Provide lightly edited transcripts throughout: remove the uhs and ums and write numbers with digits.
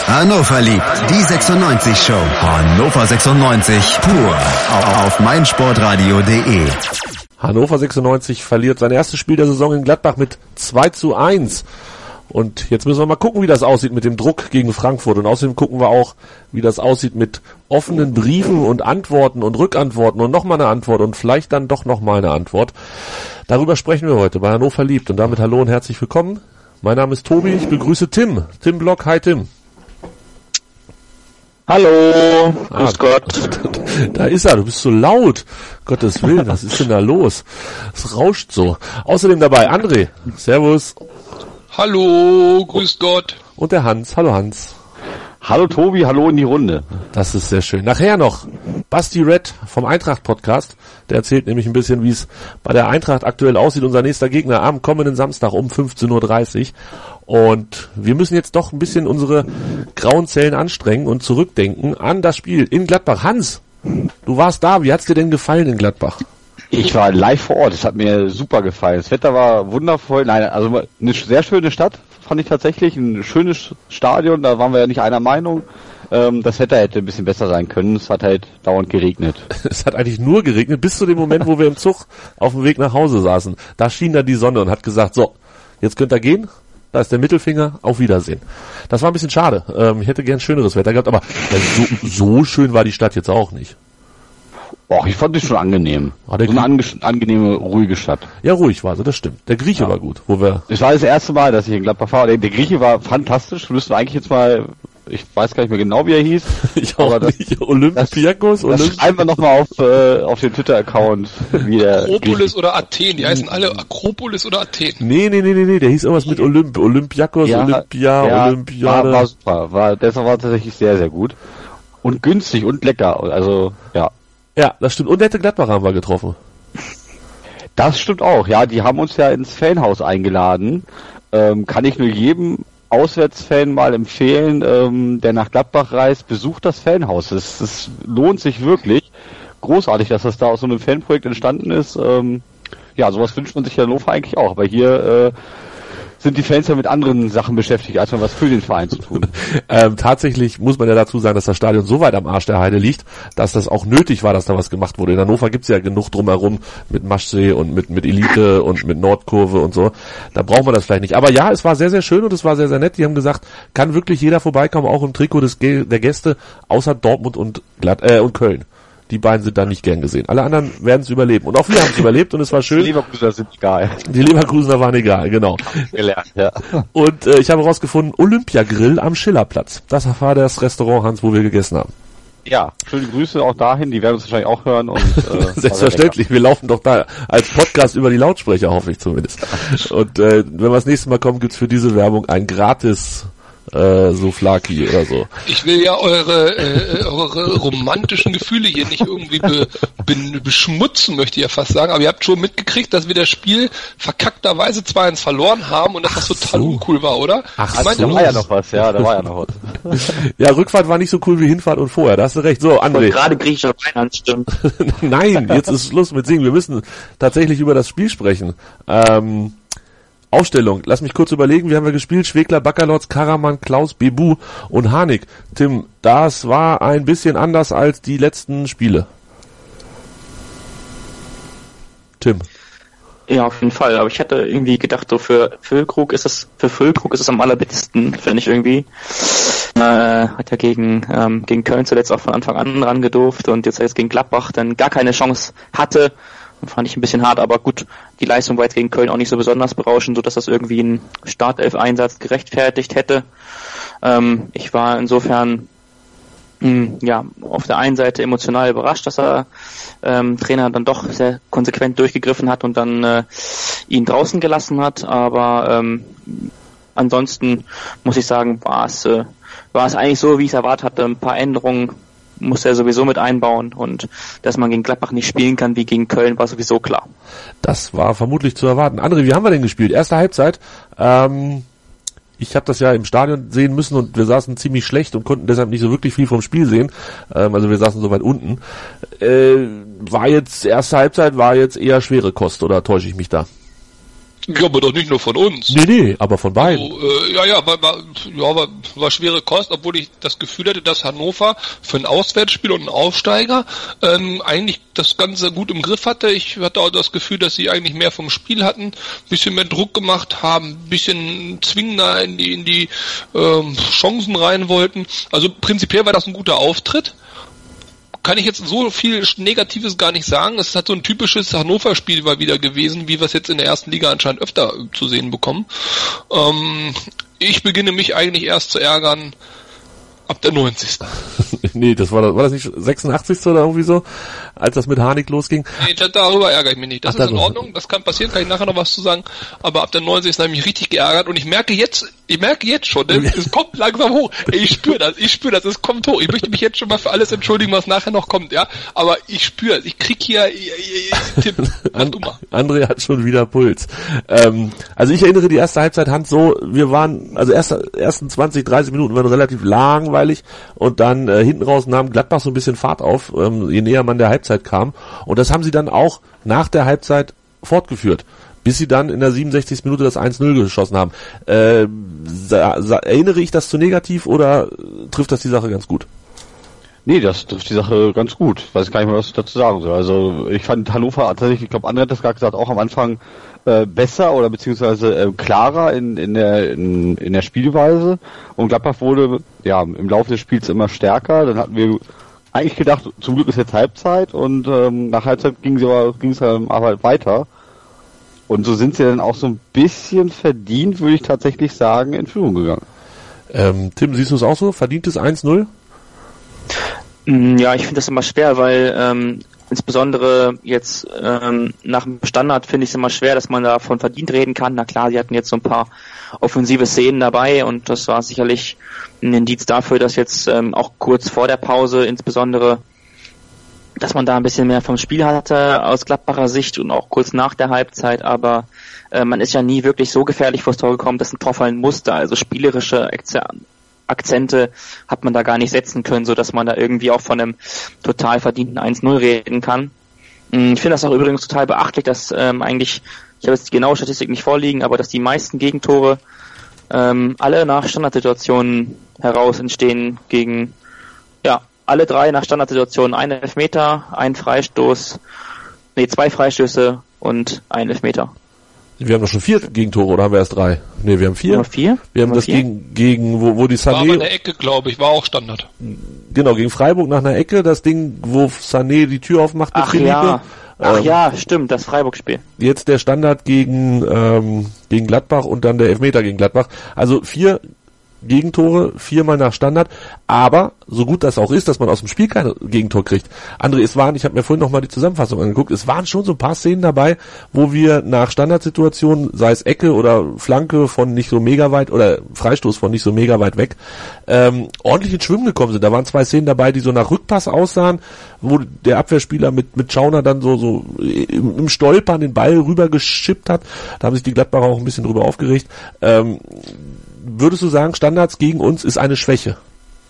Hannover liebt die 96 Show. Hannover 96 pur auf meinsportradio.de. Hannover 96 verliert sein erstes Spiel der Saison in Gladbach mit 2:1. Und jetzt müssen wir mal gucken, wie das aussieht mit dem Druck gegen Frankfurt. Und außerdem gucken wir auch, wie das aussieht mit offenen Briefen und Antworten und Rückantworten und nochmal eine Antwort und vielleicht dann doch nochmal eine Antwort. Darüber sprechen wir heute bei Hannover liebt. Und damit hallo und herzlich willkommen. Mein Name ist Tobi, ich begrüße Tim. Tim Block, hi Tim. Hallo, grüß Gott. Da ist er, du bist so laut. Gottes Willen, was ist denn da los? Es rauscht so. Außerdem dabei André, servus. Hallo, grüß Gott. Und der Hans, hallo Hans. Hallo Tobi, hallo in die Runde. Das ist sehr schön. Nachher noch Basti Red vom Eintracht-Podcast. Der erzählt nämlich ein bisschen, wie es bei der Eintracht aktuell aussieht. Unser nächster Gegner am kommenden Samstag um 15:30 Uhr. Und wir müssen jetzt doch ein bisschen unsere grauen Zellen anstrengen und zurückdenken an das Spiel in Gladbach. Hans, du warst da. Wie hat's dir denn gefallen in Gladbach? Ich war live vor Ort, es hat mir super gefallen. Das Wetter war wundervoll. Nein, also eine sehr schöne Stadt, fand ich tatsächlich. Ein schönes Stadion, da waren wir ja nicht einer Meinung. Das Wetter hätte ein bisschen besser sein können. Es hat halt dauernd geregnet. Es hat eigentlich nur geregnet, bis zu dem Moment, wo wir im Zug auf dem Weg nach Hause saßen. Da schien dann die Sonne und hat gesagt, so, jetzt könnt ihr gehen. Da ist der Mittelfinger, auf Wiedersehen. Das war ein bisschen schade. Ich hätte gern schöneres Wetter gehabt, aber so schön war die Stadt jetzt auch nicht. Och, ich fand es schon angenehm. So eine angenehme, ruhige Stadt. Ja, ruhig war sie, das stimmt. Der Grieche war gut, Es war das erste Mal, dass ich in Gladbach war. Der Grieche war fantastisch. Wir müssen eigentlich jetzt mal, ich weiß gar nicht mehr genau, wie er hieß. Ich auch nicht. Olympiakos? Das schreiben wir nochmal auf den Twitter-Account. Akropolis oder Athen, die heißen alle Akropolis oder Athen. Nee, der hieß irgendwas mit Olympiakos, ja, Olympiade. War super. Deshalb war tatsächlich sehr, sehr gut. Und günstig und lecker, also, ja. Ja, das stimmt. Und nette Gladbacher haben wir getroffen. Das stimmt auch, ja. Die haben uns ja ins Fanhaus eingeladen. Kann ich nur jedem Auswärtsfan mal empfehlen, der nach Gladbach reist, besucht das Fanhaus. Das lohnt sich wirklich. Großartig, dass das da aus so einem Fanprojekt entstanden ist. Ja, sowas wünscht man sich in Hannover eigentlich auch. Aber hier sind die Fans ja mit anderen Sachen beschäftigt, als mal was für den Verein zu tun. Tatsächlich muss man ja dazu sagen, dass das Stadion so weit am Arsch der Heide liegt, dass das auch nötig war, dass da was gemacht wurde. In Hannover gibt's ja genug drumherum mit Maschsee und mit Elite und mit Nordkurve und so. Da brauchen wir das vielleicht nicht. Aber ja, es war sehr, sehr schön und es war sehr, sehr nett. Die haben gesagt, kann wirklich jeder vorbeikommen, auch im Trikot der Gäste, außer Dortmund und Köln. Die beiden sind da nicht gern gesehen. Alle anderen werden es überleben. Und auch wir haben es überlebt und es war schön. Die Leverkusener sind egal. Die Leverkusener waren egal, genau. Gelernt, ja. Und ich habe herausgefunden, Olympiagrill am Schillerplatz. Das war das Restaurant, Hans, wo wir gegessen haben. Ja, schöne Grüße auch dahin. Die werden uns wahrscheinlich auch hören. Und selbstverständlich. Wir laufen doch da als Podcast über die Lautsprecher, hoffe ich zumindest. Und wenn wir das nächste Mal kommen, gibt's für diese Werbung ein gratis Souflaki oder so. Ich will ja eure romantischen Gefühle hier nicht irgendwie beschmutzen, möchte ich ja fast sagen, aber ihr habt schon mitgekriegt, dass wir das Spiel verkackterweise 2-1 verloren haben und dass das total uncool war, oder? Da war ja noch was. Ja, Rückfahrt war nicht so cool wie Hinfahrt und vorher, da hast du recht. So, André. Gerade griechischer Wein anstimmt. Nein, jetzt ist Schluss mit Singen. Wir müssen tatsächlich über das Spiel sprechen. Aufstellung, lass mich kurz überlegen, wie haben wir gespielt? Schwegler, Baccalords, Karaman, Klaus, Bebu und Harnik. Tim, das war ein bisschen anders als die letzten Spiele. Tim. Ja, auf jeden Fall, aber ich hatte irgendwie gedacht, so für Füllkrug ist es am allerbesten, finde ich irgendwie. Hat ja gegen Köln zuletzt auch von Anfang an ran gedurft und jetzt gegen Gladbach dann gar keine Chance hatte. Fand ich ein bisschen hart, aber gut, die Leistung war jetzt gegen Köln auch nicht so besonders berauschend, so dass das irgendwie einen Startelf-Einsatz gerechtfertigt hätte. Ich war insofern auf der einen Seite emotional überrascht, dass der Trainer dann doch sehr konsequent durchgegriffen hat und dann ihn draußen gelassen hat, aber ansonsten muss ich sagen, war es eigentlich so, wie ich es erwartet hatte. Ein paar Änderungen muss er sowieso mit einbauen und dass man gegen Gladbach nicht spielen kann wie gegen Köln, war sowieso klar. Das war vermutlich zu erwarten. André, wie haben wir denn gespielt? Erste Halbzeit. Ich habe das ja im Stadion sehen müssen und wir saßen ziemlich schlecht und konnten deshalb nicht so wirklich viel vom Spiel sehen. Also wir saßen so weit unten. Erste Halbzeit war jetzt eher schwere Kost, oder täusche ich mich da? Ja, aber doch nicht nur von uns. Nee, aber von beiden. Also, war schwere Kost, obwohl ich das Gefühl hatte, dass Hannover für ein Auswärtsspiel und einen Aufsteiger eigentlich das Ganze gut im Griff hatte. Ich hatte auch das Gefühl, dass sie eigentlich mehr vom Spiel hatten, ein bisschen mehr Druck gemacht haben, ein bisschen zwingender in die Chancen rein wollten. Also prinzipiell war das ein guter Auftritt. Kann ich jetzt so viel Negatives gar nicht sagen. Es ist halt so ein typisches Hannover-Spiel mal wieder gewesen, wie wir es jetzt in der ersten Liga anscheinend öfter zu sehen bekommen. Ich beginne mich eigentlich erst zu ärgern ab der 90. Nee, war das nicht 86. oder irgendwie so, als das mit Harnik losging? Nee, darüber ärgere ich mich nicht. Das ist in Ordnung, das kann passieren, kann ich nachher noch was zu sagen. Aber ab der 90. habe ich mich richtig geärgert und ich merke jetzt schon, es kommt langsam hoch. Ich spüre das, es kommt hoch. Ich möchte mich jetzt schon mal für alles entschuldigen, was nachher noch kommt, ja. Aber ich spüre es, ich krieg hier Tipp. André hat schon wieder Puls. Also ich erinnere die erste Halbzeit, Hans, so, wir waren, also ersten 20, 30 Minuten waren relativ langweilig und dann hinten raus nahm Gladbach so ein bisschen Fahrt auf, je näher man der Halbzeit kam. Und das haben sie dann auch nach der Halbzeit fortgeführt, bis sie dann in der 67. Minute das 1-0 geschossen haben. Erinnere ich das zu negativ oder trifft das die Sache ganz gut? Nee, das trifft die Sache ganz gut. Ich weiß gar nicht mehr, was ich dazu sagen soll. Also ich fand Hannover tatsächlich, ich glaube, André hat das gerade gesagt, auch am Anfang besser oder beziehungsweise klarer in der Spielweise. Und Gladbach wurde ja im Laufe des Spiels immer stärker. Dann hatten wir eigentlich gedacht, zum Glück ist jetzt Halbzeit und nach Halbzeit ging es aber weiter. Und so sind sie dann auch so ein bisschen verdient, würde ich tatsächlich sagen, in Führung gegangen. Tim, siehst du es auch so? Verdientes 1-0? Ja, ich finde das immer schwer, weil insbesondere jetzt nach dem Standard finde ich es immer schwer, dass man davon verdient reden kann. Na klar, sie hatten jetzt so ein paar offensive Szenen dabei und das war sicherlich ein Indiz dafür, dass jetzt auch kurz vor der Pause insbesondere, dass man da ein bisschen mehr vom Spiel hatte aus Gladbacher Sicht und auch kurz nach der Halbzeit, aber man ist ja nie wirklich so gefährlich vors Tor gekommen, dass ein Tor fallen musste, also spielerische Akzente hat man da gar nicht setzen können, so dass man da irgendwie auch von einem total verdienten 1-0 reden kann. Ich finde das auch übrigens total beachtlich, dass eigentlich, ich habe jetzt die genaue Statistik nicht vorliegen, aber dass die meisten Gegentore alle nach Standardsituationen heraus entstehen gegen, ja, alle drei nach Standardsituationen, ein Elfmeter, zwei Freistöße und ein Elfmeter. Wir haben doch schon 4 Gegentore, oder haben wir erst 3? Nee, wir haben 4. 4? Wir haben das gegen wo die Sané... War aber in der Ecke, glaube ich, war auch Standard. Genau, gegen Freiburg nach einer Ecke, das Ding, wo Sané die Tür aufmacht mit Philippe. Ja, stimmt, das Freiburg-Spiel. Jetzt der Standard gegen Gladbach und dann der Elfmeter gegen Gladbach. Also 4 Gegentore, 4-mal nach Standard, aber so gut das auch ist, dass man aus dem Spiel kein Gegentor kriegt. André, ich habe mir vorhin nochmal die Zusammenfassung angeguckt, es waren schon so ein paar Szenen dabei, wo wir nach Standardsituationen, sei es Ecke oder Flanke von nicht so mega weit oder Freistoß von nicht so mega weit weg, ordentlich ins Schwimmen gekommen sind. Da waren 2 Szenen dabei, die so nach Rückpass aussahen, wo der Abwehrspieler mit Schauner dann so im Stolpern den Ball rübergeschippt hat. Da haben sich die Gladbacher auch ein bisschen drüber aufgeregt. Würdest du sagen, Standards gegen uns ist eine Schwäche?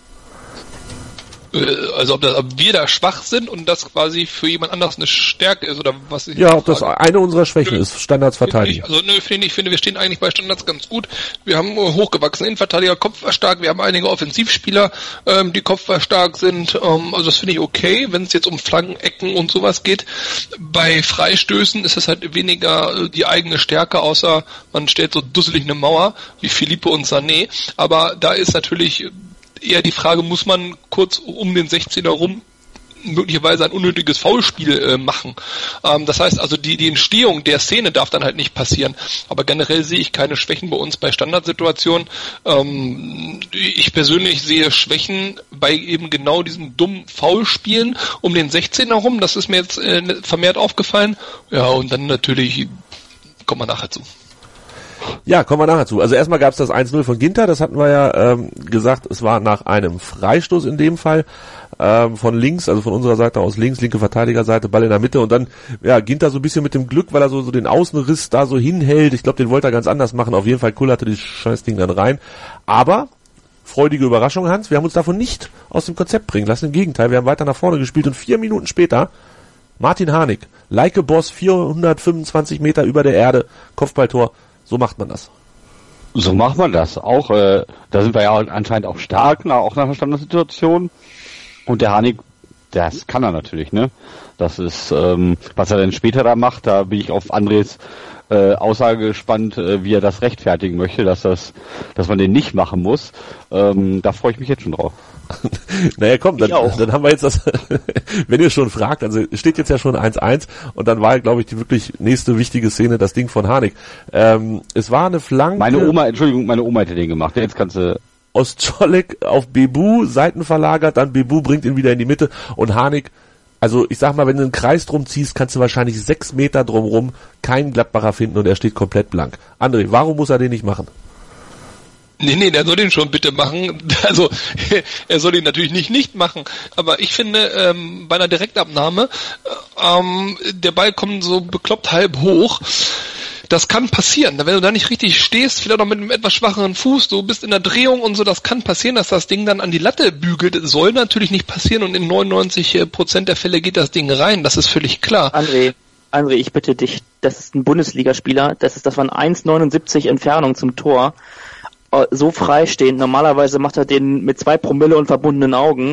Also ob wir da schwach sind und das quasi für jemand anderes eine Stärke ist oder was? Ja, ob das eine unserer Schwächen ist, Standards verteidigen. Ich finde, wir stehen eigentlich bei Standards ganz gut. Wir haben hochgewachsene Innenverteidiger, kopfballstark. Wir haben einige Offensivspieler, die kopfballstark sind. Also das finde ich okay, wenn es jetzt um Flanken, Ecken und sowas geht. Bei Freistößen ist es halt weniger die eigene Stärke, außer man stellt so dusselig eine Mauer wie Philippe und Sané. Aber da ist natürlich eher die Frage, muss man kurz um den 16er rum möglicherweise ein unnötiges Foulspiel machen. Das heißt also, die Entstehung der Szene darf dann halt nicht passieren. Aber generell sehe ich keine Schwächen bei uns bei Standardsituationen. Ich persönlich sehe Schwächen bei eben genau diesen dummen Foulspielen um den 16er rum. Das ist mir jetzt vermehrt aufgefallen. Ja, und dann natürlich kommt man nachher zu. Ja, kommen wir nachher zu. Also erstmal gab es das 1-0 von Ginter, das hatten wir ja gesagt, es war nach einem Freistoß in dem Fall von links, also von unserer Seite aus links, linke Verteidigerseite, Ball in der Mitte und dann, ja, Ginter so ein bisschen mit dem Glück, weil er so den Außenriss da so hinhält, ich glaube, den wollte er ganz anders machen, auf jeden Fall kullerte das Scheißding dann rein, aber freudige Überraschung, Hans, wir haben uns davon nicht aus dem Konzept bringen lassen, im Gegenteil, wir haben weiter nach vorne gespielt und 4 Minuten später Martin Harnik Like a Boss, 425 Meter über der Erde, Kopfballtor, so macht man das. So macht man das. Auch, da sind wir ja anscheinend auch stark, auch nach der Standardsituation. Und der Harnik, das kann er natürlich, ne? Das ist, was er dann später da macht, da bin ich auf Andres Aussage gespannt, wie er das rechtfertigen möchte, dass man den nicht machen muss. Da freue ich mich jetzt schon drauf. Naja, komm, dann haben wir jetzt das, wenn ihr schon fragt, also steht jetzt ja schon 1-1 und dann war, glaube ich, die wirklich nächste wichtige Szene, das Ding von Harnik. Es war eine Flanke. Meine Oma hätte den gemacht. Jetzt kannst du... Ostscholek auf Bebu, Seiten verlagert, dann Bebu bringt ihn wieder in die Mitte und Harnik, also ich sag mal, wenn du einen Kreis drum ziehst, kannst du wahrscheinlich 6 Meter drumrum keinen Gladbacher finden und er steht komplett blank. André, warum muss er den nicht machen? Nee, der soll den schon bitte machen. Also, er soll ihn natürlich nicht machen. Aber ich finde, bei einer Direktabnahme, der Ball kommt so bekloppt halb hoch. Das kann passieren. Wenn du da nicht richtig stehst, vielleicht auch mit einem etwas schwacheren Fuß, du bist in der Drehung und so, das kann passieren, dass das Ding dann an die Latte bügelt. Das soll natürlich nicht passieren und in 99% der Fälle geht das Ding rein. Das ist völlig klar. André, ich bitte dich, das ist ein Bundesligaspieler, das war ein 1,79 Entfernung zum Tor. So freistehend. Normalerweise macht er den mit 2 Promille und verbundenen Augen.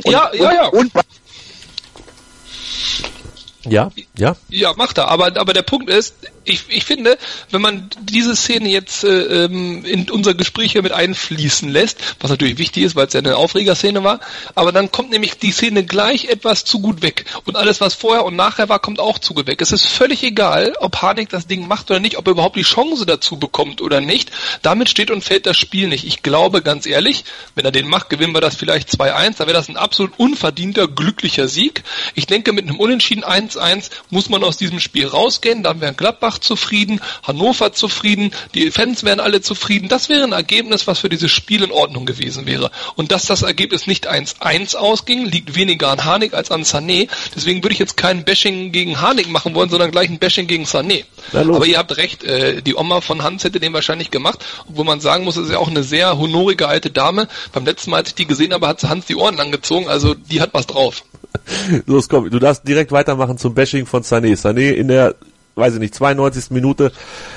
Ja, macht er. Aber der Punkt ist, ich finde, wenn man diese Szene jetzt in unser Gespräch hier mit einfließen lässt, was natürlich wichtig ist, weil es ja eine Aufregerszene war, aber dann kommt nämlich die Szene gleich etwas zu gut weg. Und alles, was vorher und nachher war, kommt auch zu gut weg. Es ist völlig egal, ob Harnik das Ding macht oder nicht, ob er überhaupt die Chance dazu bekommt oder nicht. Damit steht und fällt das Spiel nicht. Ich glaube, ganz ehrlich, wenn er den macht, gewinnen wir das vielleicht 2-1, dann wäre das ein absolut unverdienter, glücklicher Sieg. Ich denke, mit einem Unentschieden 1-1 muss man aus diesem Spiel rausgehen, dann wären Gladbach zufrieden, Hannover zufrieden, die Fans wären alle zufrieden. Das wäre ein Ergebnis, was für dieses Spiel in Ordnung gewesen wäre. Und dass das Ergebnis nicht 1-1 ausging, liegt weniger an Harnik als an Sané. Deswegen würde ich jetzt kein Bashing gegen Harnik machen wollen, sondern gleich ein Bashing gegen Sané. Aber ihr habt recht, die Oma von Hans hätte den wahrscheinlich gemacht, obwohl man sagen muss, es ist ja auch eine sehr honorige alte Dame. Beim letzten Mal, als ich die gesehen habe, hat sie Hans die Ohren langgezogen, also die hat was drauf. Los, komm, du darfst direkt weitermachen zum Bashing von Sané. Sané in der, weiß ich nicht, 92. Minute.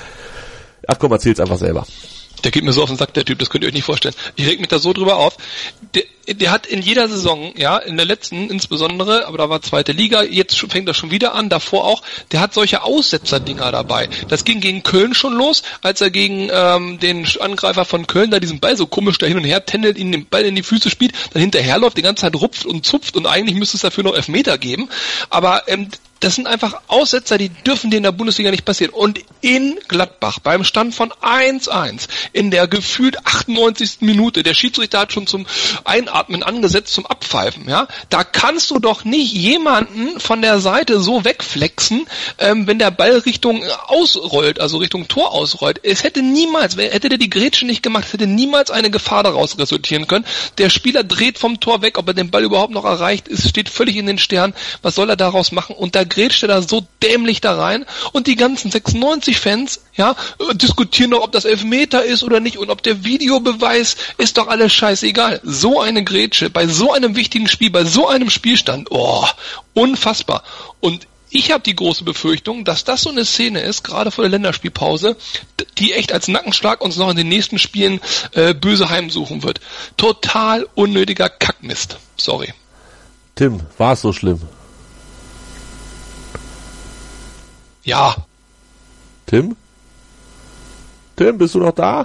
Ach komm, erzähl's einfach selber. Der geht mir so auf den Sack, der Typ, das könnt ihr euch nicht vorstellen. Ich reg mich da so drüber auf. Der hat in jeder Saison, ja, in der letzten insbesondere, aber da war 2. Liga, jetzt fängt das schon wieder an, davor auch, der hat solche Aussetzer-Dinger dabei. Das ging gegen Köln schon los, als er gegen den Angreifer von Köln da diesen Ball so komisch da hin und her tändelt, ihn den Ball in die Füße spielt, dann hinterherläuft, die ganze Zeit rupft und zupft und eigentlich müsste es dafür noch Elfmeter geben. Aber das sind einfach Aussetzer, die dürfen dir in der Bundesliga nicht passieren. Und in Gladbach, beim Stand von 1-1, in der gefühlt 98. Minute, der Schiedsrichter hat schon zum Einatmen angesetzt, zum Abpfeifen, ja, da kannst du doch nicht jemanden von der Seite so wegflexen, wenn der Ball Richtung ausrollt, also Richtung Tor ausrollt. Es hätte hätte der die Grätsche nicht gemacht, es hätte niemals eine Gefahr daraus resultieren können. Der Spieler dreht vom Tor weg, ob er den Ball überhaupt noch erreicht, es steht völlig in den Sternen. Was soll er daraus machen? Und da grätscht er da so dämlich da rein und die ganzen 96 Fans, ja, diskutieren noch, ob das Elfmeter ist oder nicht und ob der Videobeweis, ist doch alles scheißegal. So eine Grätsche, bei so einem wichtigen Spiel, bei so einem Spielstand, unfassbar. Und ich habe die große Befürchtung, dass das so eine Szene ist, gerade vor der Länderspielpause, die echt als Nackenschlag uns noch in den nächsten Spielen böse heimsuchen wird. Total unnötiger Kackmist. Sorry. Tim, war es so schlimm? Ja. Tim? Tim, bist du noch da?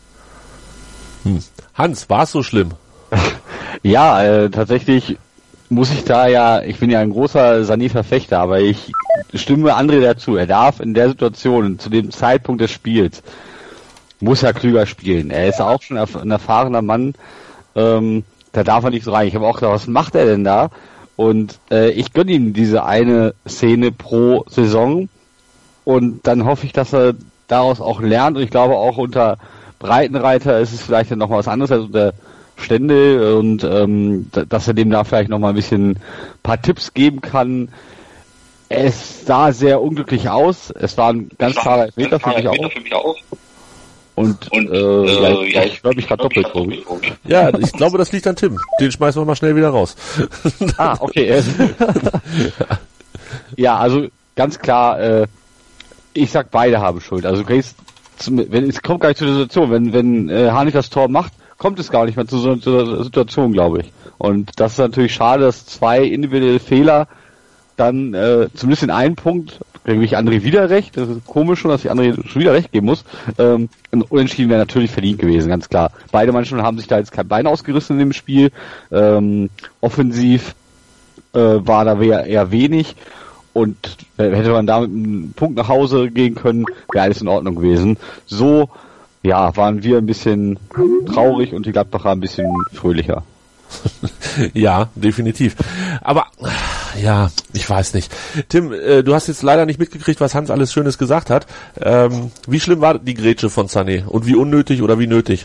Hans, war es so schlimm? Ja, tatsächlich muss ich ich bin ja ein großer Sané-Verfechter, aber ich stimme André dazu. Er darf in der Situation, zu dem Zeitpunkt des Spiels, muss er klüger spielen. Er ist auch schon ein erfahrener Mann, da darf er nicht so rein. Ich habe auch gedacht, was macht er denn da? Und ich gönne ihm diese eine Szene pro Saison und dann hoffe ich, dass er daraus auch lernt und ich glaube auch unter Breitenreiter ist es vielleicht noch mal was anderes als unter Stände und dass er dem da vielleicht noch mal ein paar Tipps geben kann. Es sah sehr unglücklich aus. Es war ein ganz klarer Elfmeter für mich auch. Und ich glaube, ich gerade doppelt. Ja, ich glaube, das liegt an Tim. Den schmeißen wir mal schnell wieder raus. Okay. Ja, also ganz klar, ich sag, beide haben Schuld. Also es kommt gar nicht zu der Situation. Wenn Harnik das Tor macht, kommt es gar nicht mehr zu so einer Situation, glaube ich. Und das ist natürlich schade, dass 2 individuelle Fehler dann zumindest in einem Punkt, da gebe ich André wieder recht, das ist komisch schon, dass ich André schon wieder recht geben muss, Unentschieden wäre natürlich verdient gewesen, ganz klar. Beide Mannschaften haben sich da jetzt kein Bein ausgerissen in dem Spiel, offensiv war da eher wenig und hätte man da mit einem Punkt nach Hause gehen können, wäre alles in Ordnung gewesen. So, ja, waren wir ein bisschen traurig und die Gladbacher ein bisschen fröhlicher. Ja, definitiv. Aber, ja, ich weiß nicht. Tim, du hast jetzt leider nicht mitgekriegt, was Hans alles Schönes gesagt hat. Wie schlimm war die Grätsche von Sané? Und wie unnötig oder wie nötig?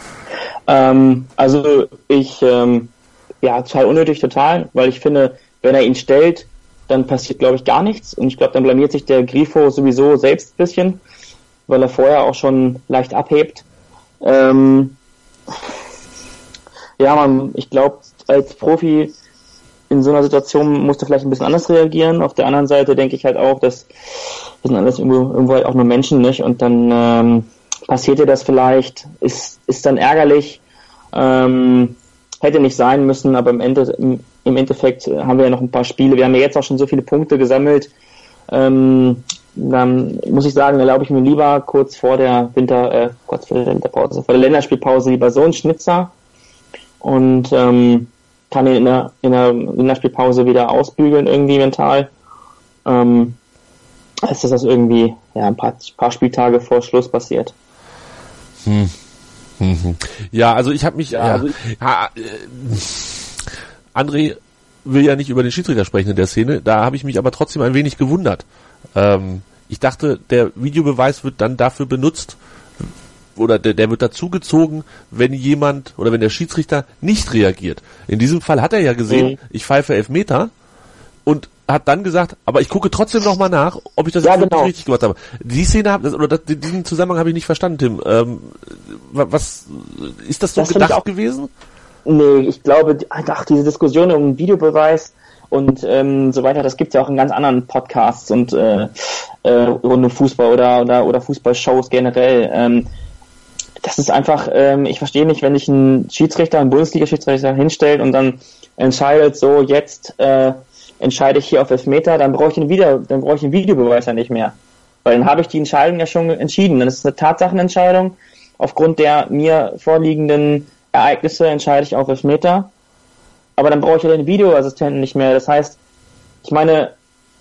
Also ich, total unnötig, total, weil ich finde, wenn er ihn stellt, dann passiert, glaube ich, gar nichts. Und ich glaube, dann blamiert sich der Grifo sowieso selbst ein bisschen, weil er vorher auch schon leicht abhebt. Ich glaube, als Profi in so einer Situation musst du vielleicht ein bisschen anders reagieren. Auf der anderen Seite denke ich halt auch, dass wir sind alles irgendwo halt auch nur Menschen, nicht? Und dann passiert dir das vielleicht, ist dann ärgerlich, hätte nicht sein müssen, aber im Endeffekt haben wir ja noch ein paar Spiele. Wir haben ja jetzt auch schon so viele Punkte gesammelt. Dann muss ich sagen, erlaube ich mir lieber kurz vor der Winterpause, vor der Länderspielpause lieber so einen Schnitzer und kann ihn in der Länderspielpause wieder ausbügeln irgendwie mental. Als dass das irgendwie ein paar Spieltage vor Schluss passiert. Ja, also ich habe mich... André will ja nicht über den Schiedsrichter sprechen in der Szene, da habe ich mich aber trotzdem ein wenig gewundert. Ich dachte, der Videobeweis wird dann dafür benutzt, oder der wird dazugezogen, wenn jemand oder wenn der Schiedsrichter nicht reagiert. In diesem Fall hat er ja gesehen, ich pfeife Elfmeter und hat dann gesagt, aber ich gucke trotzdem nochmal nach, ob ich das jetzt wirklich richtig gemacht habe. Die Szene diesen Zusammenhang habe ich nicht verstanden, Tim. Was ist das so gedacht gewesen? Nee, ich glaube, diese Diskussion um Videobeweis und so weiter, das gibt's ja auch in ganz anderen Podcasts und rund um Fußball oder Fußballshows generell. Das ist einfach, ich verstehe nicht, wenn sich ein Bundesliga-Schiedsrichter hinstellt und dann entscheidet, so jetzt entscheide ich hier auf Elfmeter, dann brauche ich einen Videobeweis ja nicht mehr. Weil dann habe ich die Entscheidung ja schon entschieden. Dann ist es eine Tatsachenentscheidung. Aufgrund der mir vorliegenden Ereignisse entscheide ich auf Elfmeter. Aber dann brauche ich ja den Videoassistenten nicht mehr. Das heißt, ich meine,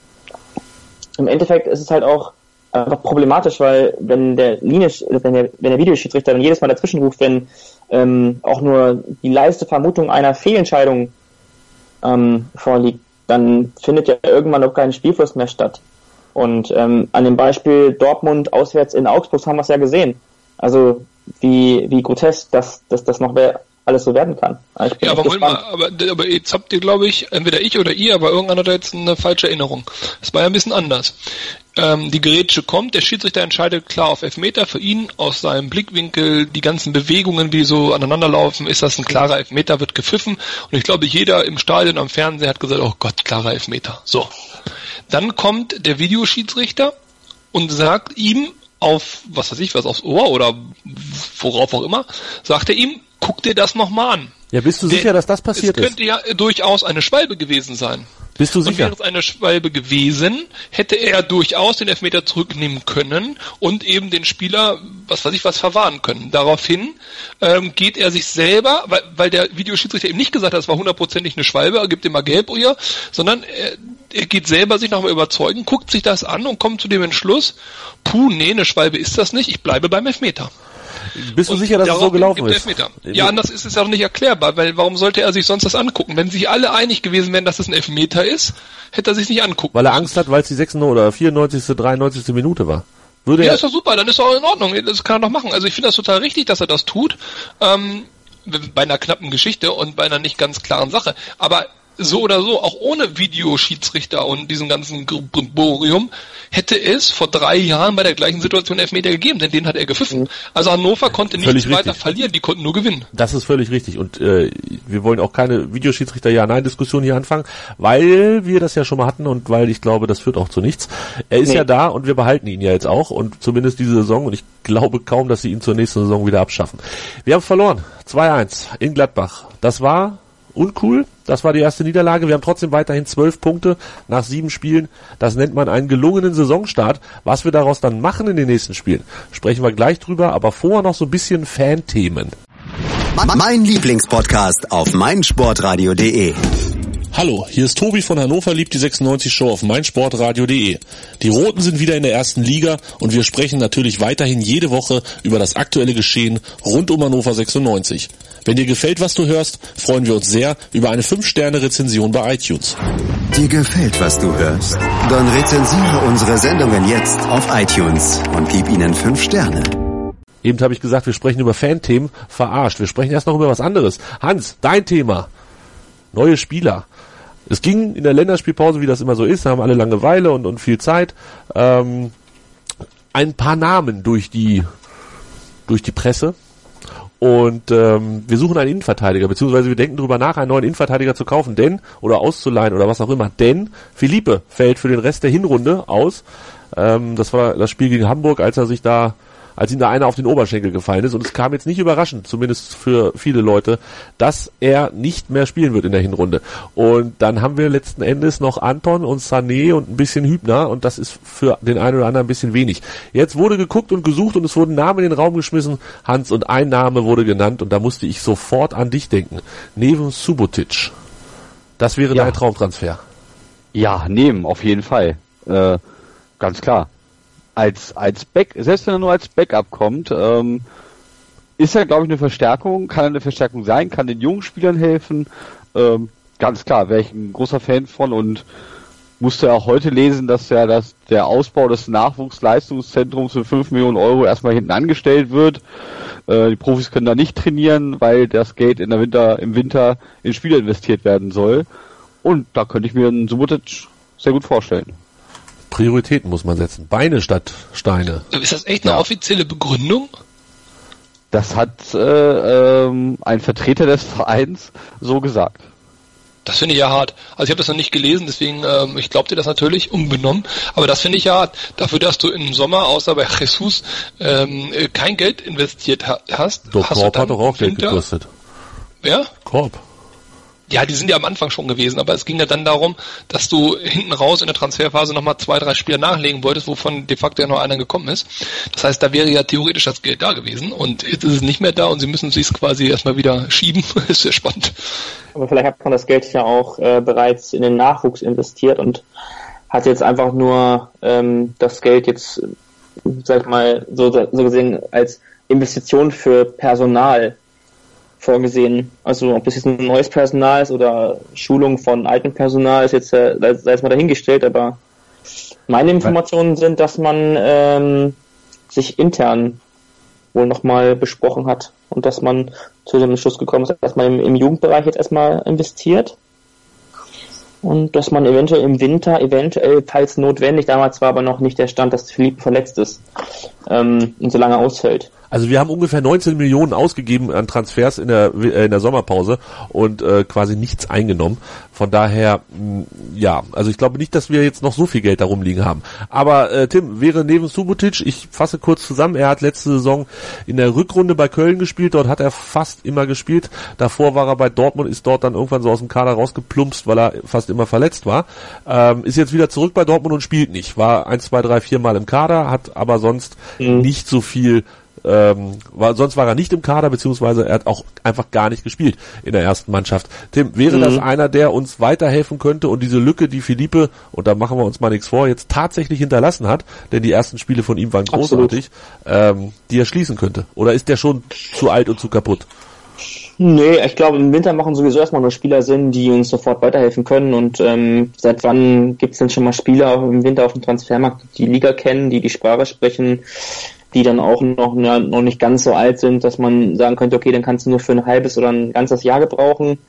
im Endeffekt ist es halt auch einfach problematisch, weil wenn der Videoschiedsrichter dann jedes Mal dazwischen ruft, wenn auch nur die leiste Vermutung einer Fehlentscheidung vorliegt, dann findet ja irgendwann auch kein Spielfluss mehr statt. Und an dem Beispiel Dortmund auswärts in Augsburg haben wir es ja gesehen. Also wie grotesk das noch alles so werden kann. Ja, aber jetzt habt ihr, glaube ich, entweder ich oder ihr, aber irgendeiner hat jetzt eine falsche Erinnerung. Das war ja ein bisschen anders. Die Grätsche kommt, der Schiedsrichter entscheidet klar auf Elfmeter. Für ihn aus seinem Blickwinkel, die ganzen Bewegungen, die so aneinanderlaufen, ist das ein klarer Elfmeter, wird gepfiffen. Und ich glaube, jeder im Stadion, am Fernseher hat gesagt, oh Gott, klarer Elfmeter. So. Dann kommt der Videoschiedsrichter und sagt ihm auf, was weiß ich, was aufs Ohr oder worauf auch immer, sagt er ihm, guck dir das nochmal an. Ja, bist du sicher, dass das passiert ist? Es könnte ja durchaus eine Schwalbe gewesen sein. Bist du sicher? Und wäre es eine Schwalbe gewesen, hätte er durchaus den Elfmeter zurücknehmen können und eben den Spieler, was weiß ich, was verwahren können. Daraufhin geht er sich selber, weil der Videoschiedsrichter eben nicht gesagt hat, es war hundertprozentig eine Schwalbe, er gibt ihm mal gelb, sondern er geht selber sich nochmal überzeugen, guckt sich das an und kommt zu dem Entschluss, eine Schwalbe ist das nicht, ich bleibe beim Elfmeter. Bist du sicher, dass es so gelaufen ist? Ja, anders ist es auch nicht erklärbar, weil warum sollte er sich sonst das angucken? Wenn sich alle einig gewesen wären, dass es ein Elfmeter ist, hätte er sich nicht angucken. Weil er Angst hat, weil es die 96. oder 94., 93. Minute war. Ja, ist doch super, dann ist doch in Ordnung, das kann er doch machen. Also ich finde das total richtig, dass er das tut, bei einer knappen Geschichte und bei einer nicht ganz klaren Sache. Aber so oder so, auch ohne Videoschiedsrichter und diesem ganzen Brimborium, hätte es vor 3 Jahren bei der gleichen Situation Elfmeter gegeben, denn den hat er gepfiffen. Also Hannover konnte nicht weiter verlieren, die konnten nur gewinnen. Das ist völlig richtig und wir wollen auch keine Videoschiedsrichter-Ja-Nein-Diskussion hier anfangen, weil wir das ja schon mal hatten und weil ich glaube, das führt auch zu nichts. Er ist ja da und wir behalten ihn ja jetzt auch und zumindest diese Saison und ich glaube kaum, dass sie ihn zur nächsten Saison wieder abschaffen. Wir haben verloren, 2-1 in Gladbach. Das war uncool. Das war die erste Niederlage. Wir haben trotzdem weiterhin 12 Punkte nach 7 Spielen. Das nennt man einen gelungenen Saisonstart. Was wir daraus dann machen in den nächsten Spielen, sprechen wir gleich drüber. Aber vorher noch so ein bisschen Fan-Themen. Mein Lieblingspodcast auf meinsportradio.de. Hallo, hier ist Tobi von Hannover liebt die 96 Show auf meinsportradio.de. Die Roten sind wieder in der ersten Liga und wir sprechen natürlich weiterhin jede Woche über das aktuelle Geschehen rund um Hannover 96. Wenn dir gefällt, was du hörst, freuen wir uns sehr über eine 5-Sterne-Rezension bei iTunes. Dir gefällt, was du hörst? Dann rezensiere unsere Sendungen jetzt auf iTunes und gib ihnen 5 Sterne. Eben habe ich gesagt, wir sprechen über Fan-Themen. Verarscht. Wir sprechen erst noch über was anderes. Hans, dein Thema. Neue Spieler. Es ging in der Länderspielpause, wie das immer so ist, da haben alle Langeweile und viel Zeit. Ein paar Namen durch die Presse. Und wir suchen einen Innenverteidiger, beziehungsweise wir denken darüber nach, einen neuen Innenverteidiger zu kaufen, oder auszuleihen oder was auch immer. Denn Philippe fällt für den Rest der Hinrunde aus. Das war das Spiel gegen Hamburg, als ihm da einer auf den Oberschenkel gefallen ist. Und es kam jetzt nicht überraschend, zumindest für viele Leute, dass er nicht mehr spielen wird in der Hinrunde. Und dann haben wir letzten Endes noch Anton und Sané und ein bisschen Hübner. Und das ist für den einen oder anderen ein bisschen wenig. Jetzt wurde geguckt und gesucht und es wurden Namen in den Raum geschmissen. Hans, und ein Name wurde genannt. Und da musste ich sofort an dich denken. Neven Subotic. Das wäre dein Traumtransfer. Ja, Neven, auf jeden Fall. Ganz klar. Als selbst wenn er nur als Backup kommt, ist er, glaube ich, eine Verstärkung, kann eine Verstärkung sein, kann den jungen Spielern helfen. Ganz klar, wäre ich ein großer Fan von und musste auch heute lesen, dass der Ausbau des Nachwuchsleistungszentrums für 5 Millionen Euro erstmal hinten angestellt wird. Die Profis können da nicht trainieren, weil das Geld im Winter in Spieler investiert werden soll. Und da könnte ich mir einen Subotic sehr gut vorstellen. Prioritäten muss man setzen. Beine statt Steine. Ist das echt eine offizielle Begründung? Das hat ein Vertreter des Vereins so gesagt. Das finde ich ja hart. Also ich habe das noch nicht gelesen, deswegen, ich glaube dir das natürlich unbenommen, aber das finde ich ja hart. Dafür, dass du im Sommer, außer bei Jesus, kein Geld investiert hast. Doch, Korb hat doch auch Geld gekostet. Ja? Korb. Ja, die sind ja am Anfang schon gewesen, aber es ging ja dann darum, dass du hinten raus in der Transferphase nochmal 2-3 Spieler nachlegen wolltest, wovon de facto ja noch einer gekommen ist. Das heißt, da wäre ja theoretisch das Geld da gewesen und jetzt ist es nicht mehr da und sie müssen sich quasi erstmal wieder schieben. Das ist sehr spannend. Aber vielleicht hat man das Geld ja auch bereits in den Nachwuchs investiert und hat jetzt einfach nur das Geld jetzt, sag ich mal, so gesehen als Investition für Personal vorgesehen. Also ob das jetzt ein neues Personal ist oder Schulung von altem Personal, ist jetzt sei es mal dahingestellt, aber meine Informationen sind, dass man sich intern wohl nochmal besprochen hat und dass man zu dem Schluss gekommen ist, dass man im Jugendbereich jetzt erstmal investiert und dass man eventuell im Winter, falls notwendig, damals war aber noch nicht der Stand, dass Philippe verletzt ist und so lange ausfällt. Also wir haben ungefähr 19 Millionen ausgegeben an Transfers in der Sommerpause und quasi nichts eingenommen. Von daher, also ich glaube nicht, dass wir jetzt noch so viel Geld da rumliegen haben. Aber Tim, wäre neben Subotic, ich fasse kurz zusammen, er hat letzte Saison in der Rückrunde bei Köln gespielt, dort hat er fast immer gespielt. Davor war er bei Dortmund, ist dort dann irgendwann so aus dem Kader rausgeplumpst, weil er fast immer verletzt war. Ist jetzt wieder zurück bei Dortmund und spielt nicht. War 1, 2, 3, 4 Mal im Kader, hat aber sonst nicht so viel. Sonst war er nicht im Kader, beziehungsweise er hat auch einfach gar nicht gespielt in der ersten Mannschaft. Tim, wäre das einer, der uns weiterhelfen könnte und diese Lücke, die Philippe, und da machen wir uns mal nichts vor, jetzt tatsächlich hinterlassen hat, denn die ersten Spiele von ihm waren großartig, die er schließen könnte? Oder ist der schon zu alt und zu kaputt? Nee, ich glaube, im Winter machen sowieso erstmal nur Spieler Sinn, die uns sofort weiterhelfen können. Und seit wann gibt es denn schon mal Spieler im Winter auf dem Transfermarkt, die Liga kennen, die Sprache sprechen, die dann auch noch nicht ganz so alt sind, dass man sagen könnte, okay, dann kannst du nur für ein halbes oder ein ganzes Jahr gebrauchen.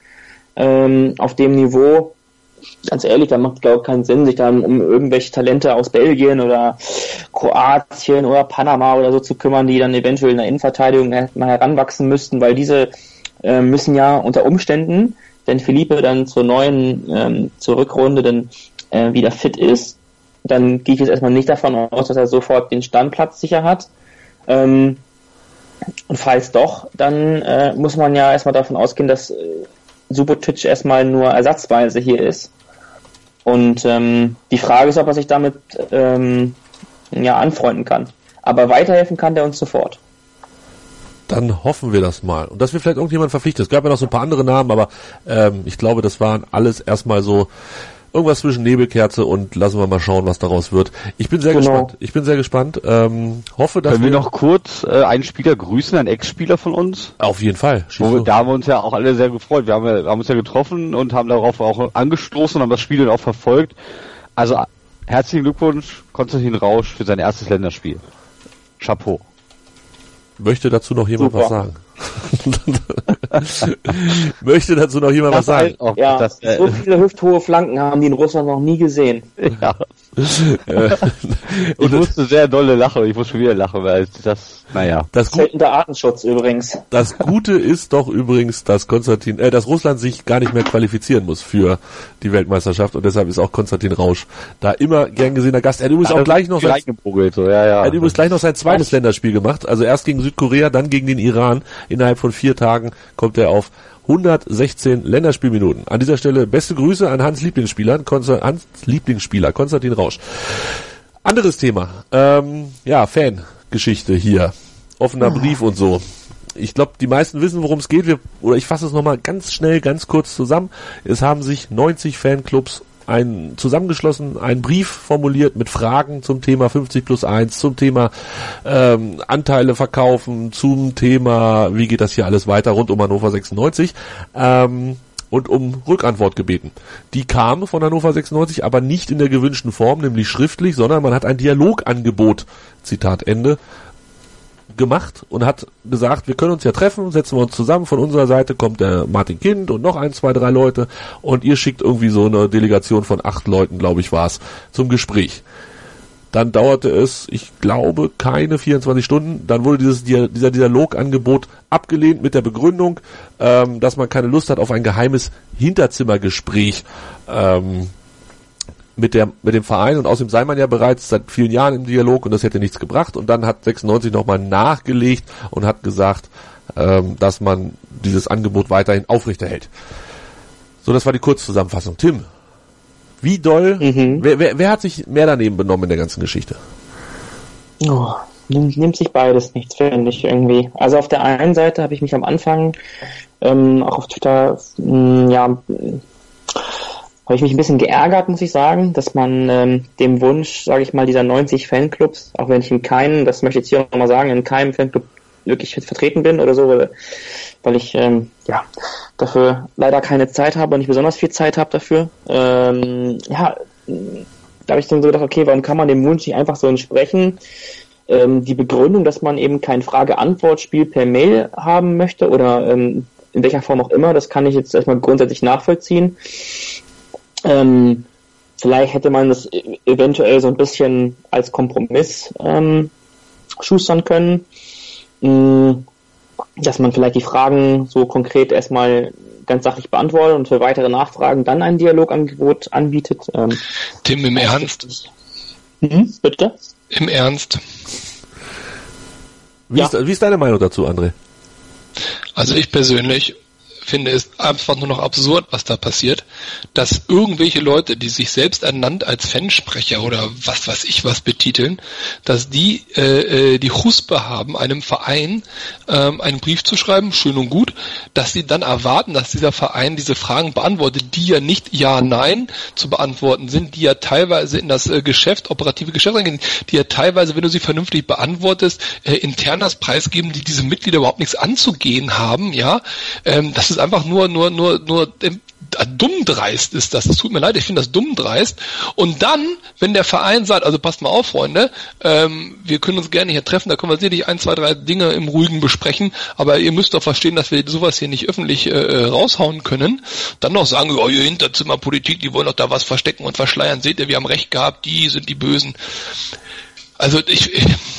auf dem Niveau. Ganz ehrlich, da macht, glaube ich, keinen Sinn, sich dann um irgendwelche Talente aus Belgien oder Kroatien oder Panama oder so zu kümmern, die dann eventuell in der Innenverteidigung mal heranwachsen müssten, weil diese müssen ja unter Umständen, wenn Felipe dann zur Rückrunde dann wieder fit ist, dann gehe ich jetzt erstmal nicht davon aus, dass er sofort den Stammplatz sicher hat. Und falls doch, dann muss man ja erstmal davon ausgehen, dass Subotic erstmal nur ersatzweise hier ist. Und die Frage ist, ob er sich damit anfreunden kann. Aber weiterhelfen kann der uns sofort. Dann hoffen wir das mal. Und dass wir vielleicht irgendjemand verpflichtet. Es gab ja noch so ein paar andere Namen, aber ich glaube, das waren alles erstmal so irgendwas zwischen Nebelkerze und lassen wir mal schauen, was daraus wird. Ich bin sehr gespannt. Hoffe, dass Können wir noch kurz einen Spieler grüßen, einen Ex-Spieler von uns? Auf jeden Fall. Da haben wir uns ja auch alle sehr gefreut. Wir haben uns ja getroffen und haben darauf auch angestoßen und haben das Spiel dann auch verfolgt. Also herzlichen Glückwunsch, Konstantin Rausch, für sein erstes Länderspiel. Chapeau. Möchte dazu noch jemand was sagen? Möchte dazu noch jemand was sagen? Ja, so viele hüfthohe Flanken haben die in Russland noch nie gesehen. Ja. Ich musste sehr dolle lachen, ich muss schon wieder lachen, weil das seltener Artenschutz übrigens. Das Gute ist doch übrigens, dass Russland sich gar nicht mehr qualifizieren muss für die Weltmeisterschaft und deshalb ist auch Konstantin Rausch da immer gern gesehener Gast. Er hat übrigens auch gleich noch sein zweites Länderspiel gemacht, also erst gegen Südkorea, dann gegen den Iran. Innerhalb von 4 Tagen kommt er auf 116 Länderspielminuten. An dieser Stelle beste Grüße an Hans Lieblingsspieler, Konstantin Rausch. Anderes Thema. Fangeschichte hier. Offener Brief und so. Ich glaube, die meisten wissen, worum es geht. Ich fasse es nochmal ganz kurz zusammen. Es haben sich 90 Fanclubs zusammengeschlossen, einen Brief formuliert mit Fragen zum Thema 50+1, zum Thema Anteile verkaufen, zum Thema, wie geht das hier alles weiter rund um Hannover 96 und um Rückantwort gebeten. Die kam von Hannover 96, aber nicht in der gewünschten Form, nämlich schriftlich, sondern man hat ein Dialogangebot, Zitat Ende, gemacht und hat gesagt, wir können uns ja treffen, setzen wir uns zusammen, von unserer Seite kommt der Martin Kind und noch 1, 2, 3 Leute und ihr schickt irgendwie so eine Delegation von 8 Leuten, glaube ich, war's, zum Gespräch. Dann dauerte es, ich glaube, keine 24 Stunden, dann wurde dieser Dialogangebot abgelehnt mit der Begründung, dass man keine Lust hat auf ein geheimes Hinterzimmergespräch mit dem Verein und außerdem sei man ja bereits seit vielen Jahren im Dialog und das hätte nichts gebracht und dann hat 96 nochmal nachgelegt und hat gesagt, dass man dieses Angebot weiterhin aufrechterhält. So, das war die Kurzzusammenfassung. Tim, wie doll, wer hat sich mehr daneben benommen in der ganzen Geschichte? Oh, nimmt sich beides nichts, finde ich irgendwie. Also auf der einen Seite habe ich mich am Anfang auch auf Twitter habe ich mich ein bisschen geärgert, muss ich sagen, dass man dem Wunsch, sage ich mal, dieser 90 Fanclubs, auch wenn ich das möchte ich jetzt hier nochmal sagen, in keinem Fanclub wirklich vertreten bin oder so, weil ich dafür leider keine Zeit habe und nicht besonders viel Zeit habe dafür. Da habe ich dann so gedacht, okay, warum kann man dem Wunsch nicht einfach so entsprechen? Die Begründung, dass man eben kein Frage-Antwort-Spiel per Mail haben möchte oder in welcher Form auch immer, das kann ich jetzt erstmal grundsätzlich nachvollziehen. Vielleicht hätte man das eventuell so ein bisschen als Kompromiss schustern können, dass man vielleicht die Fragen so konkret erstmal ganz sachlich beantwortet und für weitere Nachfragen dann ein Dialogangebot anbietet. Tim, im Ernst? Bitte? Im Ernst? Wie ist deine Meinung dazu, André? Also ich persönlich finde es einfach nur noch absurd, was da passiert, dass irgendwelche Leute, die sich selbst ernannt als Fansprecher oder was weiß ich was betiteln, dass die die Huspe haben, einem Verein einen Brief zu schreiben, schön und gut, dass sie dann erwarten, dass dieser Verein diese Fragen beantwortet, die ja nicht Ja, Nein zu beantworten sind, die ja teilweise in das operative Geschäft reingehen, die ja teilweise, wenn du sie vernünftig beantwortest, internas preisgeben, die diese Mitglieder überhaupt nichts anzugehen haben, ja, das ist einfach nur dumm dreist ist das. Es tut mir leid, ich finde das dumm dreist. Und dann, wenn der Verein sagt, also passt mal auf, Freunde, wir können uns gerne hier treffen, da können wir sicherlich 1, 2, 3 Dinge im Ruhigen besprechen, aber ihr müsst doch verstehen, dass wir sowas hier nicht öffentlich raushauen können. Dann noch sagen, oh, ihr Hinterzimmerpolitik, die wollen doch da was verstecken und verschleiern. Seht ihr, wir haben recht gehabt, die sind die Bösen. Also ich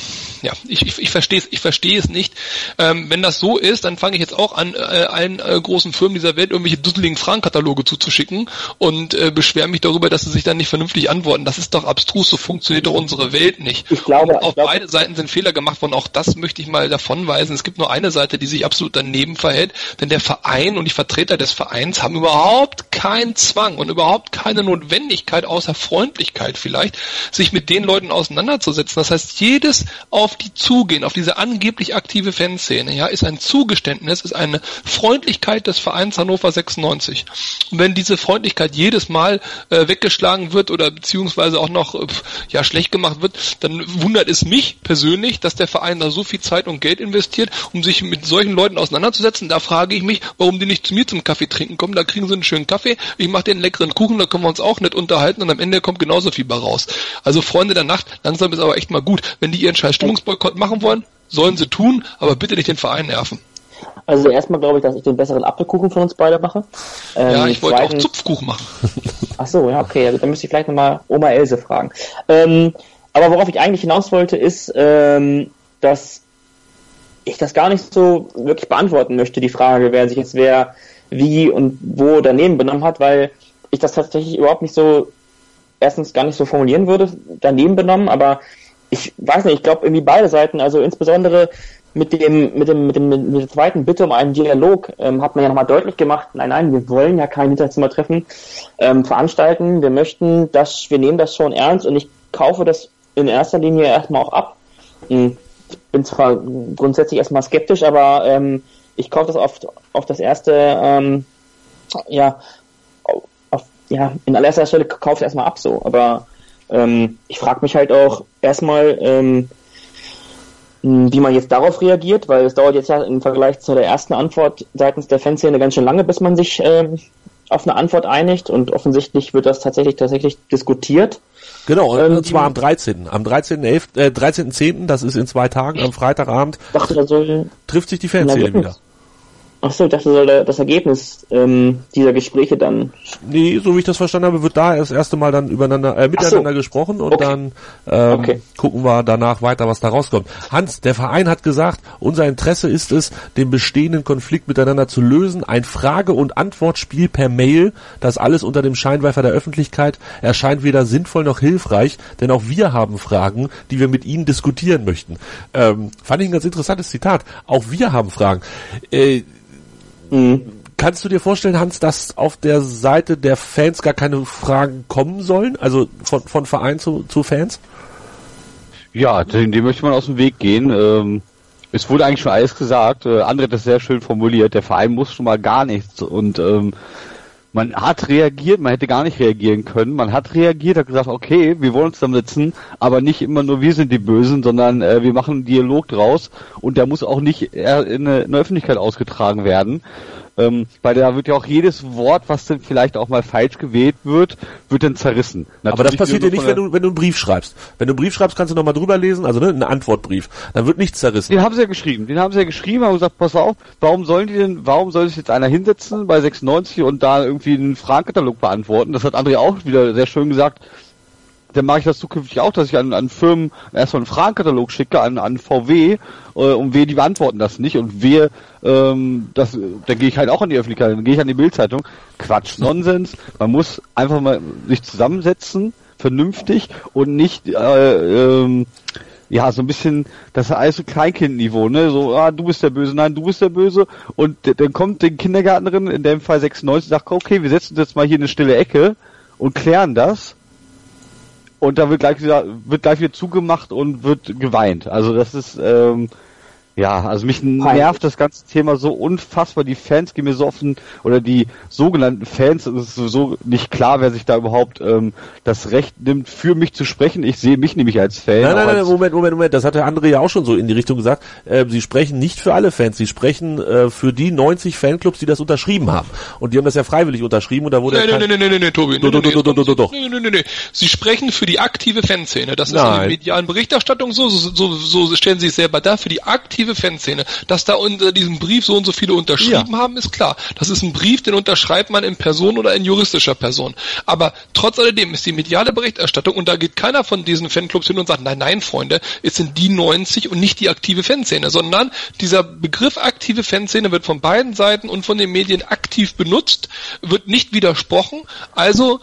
verstehe es nicht. Wenn das so ist, dann fange ich jetzt auch an, allen großen Firmen dieser Welt irgendwelche dusseligen Fragenkataloge zuzuschicken und beschwere mich darüber, dass sie sich dann nicht vernünftig antworten. Das ist doch abstrus, so funktioniert doch unsere Welt nicht. Ich glaube, beide Seiten sind Fehler gemacht worden, auch das möchte ich mal davonweisen. Es gibt nur eine Seite, die sich absolut daneben verhält, denn der Verein und die Vertreter des Vereins haben überhaupt keinen Zwang und überhaupt keine Notwendigkeit, außer Freundlichkeit vielleicht, sich mit den Leuten auseinanderzusetzen. Das heißt, jedes auf die zugehen, auf diese angeblich aktive Fanszene, ja, ist ein Zugeständnis, ist eine Freundlichkeit des Vereins Hannover 96. Und wenn diese Freundlichkeit jedes Mal weggeschlagen wird oder beziehungsweise auch noch schlecht gemacht wird, dann wundert es mich persönlich, dass der Verein da so viel Zeit und Geld investiert, um sich mit solchen Leuten auseinanderzusetzen. Da frage ich mich, warum die nicht zu mir zum Kaffee trinken kommen. Da kriegen sie einen schönen Kaffee, ich mache den leckeren Kuchen, da können wir uns auch nett unterhalten und am Ende kommt genauso viel bei raus. Also Freunde der Nacht, langsam ist aber echt mal gut. Wenn die ihren scheiß Stimmungsboykott machen wollen, sollen sie tun, aber bitte nicht den Verein nerven. Also erstmal glaube ich, dass ich den besseren Apfelkuchen von uns beide mache. Ich wollte auch Zupfkuchen machen. Ach so, ja, okay, dann müsste ich vielleicht nochmal Oma Else fragen. Aber worauf ich eigentlich hinaus wollte, ist, dass ich das gar nicht so wirklich beantworten möchte, die Frage, wer sich jetzt wie und wo daneben benommen hat, weil ich das tatsächlich überhaupt nicht so, erstens gar nicht so formulieren würde, daneben benommen, aber ich weiß nicht, ich glaube irgendwie beide Seiten, also insbesondere mit der zweiten Bitte um einen Dialog, hat man ja nochmal deutlich gemacht, nein, wir wollen ja kein Hinterzimmertreffen veranstalten, wir nehmen das schon ernst und ich kaufe das in erster Linie erstmal auch ab. Ich bin zwar grundsätzlich erstmal skeptisch, aber ich kaufe das auf das erste, in allererster Stelle kaufe ich erstmal ab so, aber ich frage mich halt auch erstmal, wie man jetzt darauf reagiert, weil es dauert jetzt ja im Vergleich zu der ersten Antwort seitens der Fanszene ganz schön lange, bis man sich auf eine Antwort einigt und offensichtlich wird das tatsächlich diskutiert. Genau, und zwar am 13. Am 13.10., das ist in 2 Tagen, am Freitagabend, trifft sich die Fanszene wieder. Achso, ich dachte, soll das Ergebnis dieser Gespräche dann... Nee, so wie ich das verstanden habe, wird da das erste Mal dann miteinander gesprochen und dann gucken wir danach weiter, was da rauskommt. Hans, der Verein hat gesagt, unser Interesse ist es, den bestehenden Konflikt miteinander zu lösen. Ein Frage- und Antwortspiel per Mail, das alles unter dem Scheinwerfer der Öffentlichkeit, erscheint weder sinnvoll noch hilfreich, denn auch wir haben Fragen, die wir mit Ihnen diskutieren möchten. Fand ich ein ganz interessantes Zitat. Auch wir haben Fragen. Kannst du dir vorstellen, Hans, dass auf der Seite der Fans gar keine Fragen kommen sollen? Also von Verein zu Fans? Ja, dem möchte man aus dem Weg gehen. Es wurde eigentlich schon alles gesagt. André hat das sehr schön formuliert. Der Verein muss schon mal gar nichts. Und man hat reagiert, man hätte gar nicht reagieren können. Man hat reagiert, hat gesagt, okay, wir wollen uns da sitzen, aber nicht immer nur wir sind die Bösen, sondern wir machen einen Dialog draus und der muss auch nicht in der Öffentlichkeit ausgetragen werden. Weil da wird ja auch jedes Wort, was dann vielleicht auch mal falsch gewählt wird dann zerrissen. Natürlich, aber das passiert dir nicht, wenn du einen Brief schreibst. Wenn du einen Brief schreibst, kannst du nochmal drüber lesen, also einen Antwortbrief. Dann wird nichts zerrissen. Den haben sie ja geschrieben, haben gesagt, pass auf, warum soll sich jetzt einer hinsetzen bei 96 und da irgendwie einen Fragenkatalog beantworten? Das hat André auch wieder sehr schön gesagt. Dann mache ich das zukünftig auch, dass ich an Firmen erstmal einen Fragenkatalog schicke, an VW, und die beantworten das nicht und dann gehe ich halt auch an die Öffentlichkeit, dann gehe ich an die Bildzeitung. Quatsch, Nonsens. Man muss einfach mal sich zusammensetzen, vernünftig und nicht, so ein bisschen, das ist alles so Kleinkindniveau, ne, so, du bist der Böse, nein, du bist der Böse und dann kommt die Kindergärtnerin, in dem Fall 96, sagt, okay, wir setzen uns jetzt mal hier in eine stille Ecke und klären das. Und da wird gleich wieder zugemacht und wird geweint. Also das ist, Ja, also mich nervt das ganze Thema so unfassbar. Die Fans gehen mir so offen, oder die sogenannten Fans, es ist sowieso nicht klar, wer sich da überhaupt das Recht nimmt, für mich zu sprechen. Ich sehe mich nämlich als Fan. Nein, Moment. Das hat der André ja auch schon so in die Richtung gesagt. Sie sprechen nicht für alle Fans, sie sprechen für die 90 Fanclubs, die das unterschrieben haben. Und die haben das ja freiwillig unterschrieben und da wurde Nee, Tobi. Doch. Nee. Sie sprechen für die aktive Fanszene. Das ist in der medialen Berichterstattung so stellen Sie es selber dar, für die aktive Fanszene. Dass da unter diesem Brief so und so viele unterschrieben haben, ist klar. Das ist ein Brief, den unterschreibt man in Person oder in juristischer Person. Aber trotz alledem ist die mediale Berichterstattung, und da geht keiner von diesen Fanclubs hin und sagt, nein, Freunde, es sind die 90 und nicht die aktive Fanszene, sondern dieser Begriff aktive Fanszene wird von beiden Seiten und von den Medien aktiv benutzt, wird nicht widersprochen, also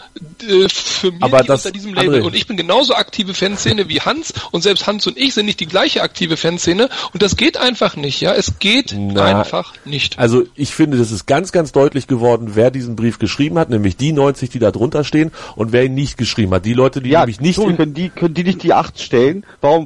für mich unter diesem Label. Und ich bin genauso aktive Fanszene wie Hans, und selbst Hans und ich sind nicht die gleiche aktive Fanszene, und das geht einfach nicht, ja, es geht einfach nicht. Also ich finde, das ist ganz, ganz deutlich geworden, wer diesen Brief geschrieben hat, nämlich die 90, die da drunter stehen, und wer ihn nicht geschrieben hat. Die Leute, die nämlich nicht... Können die nicht die 8 stellen?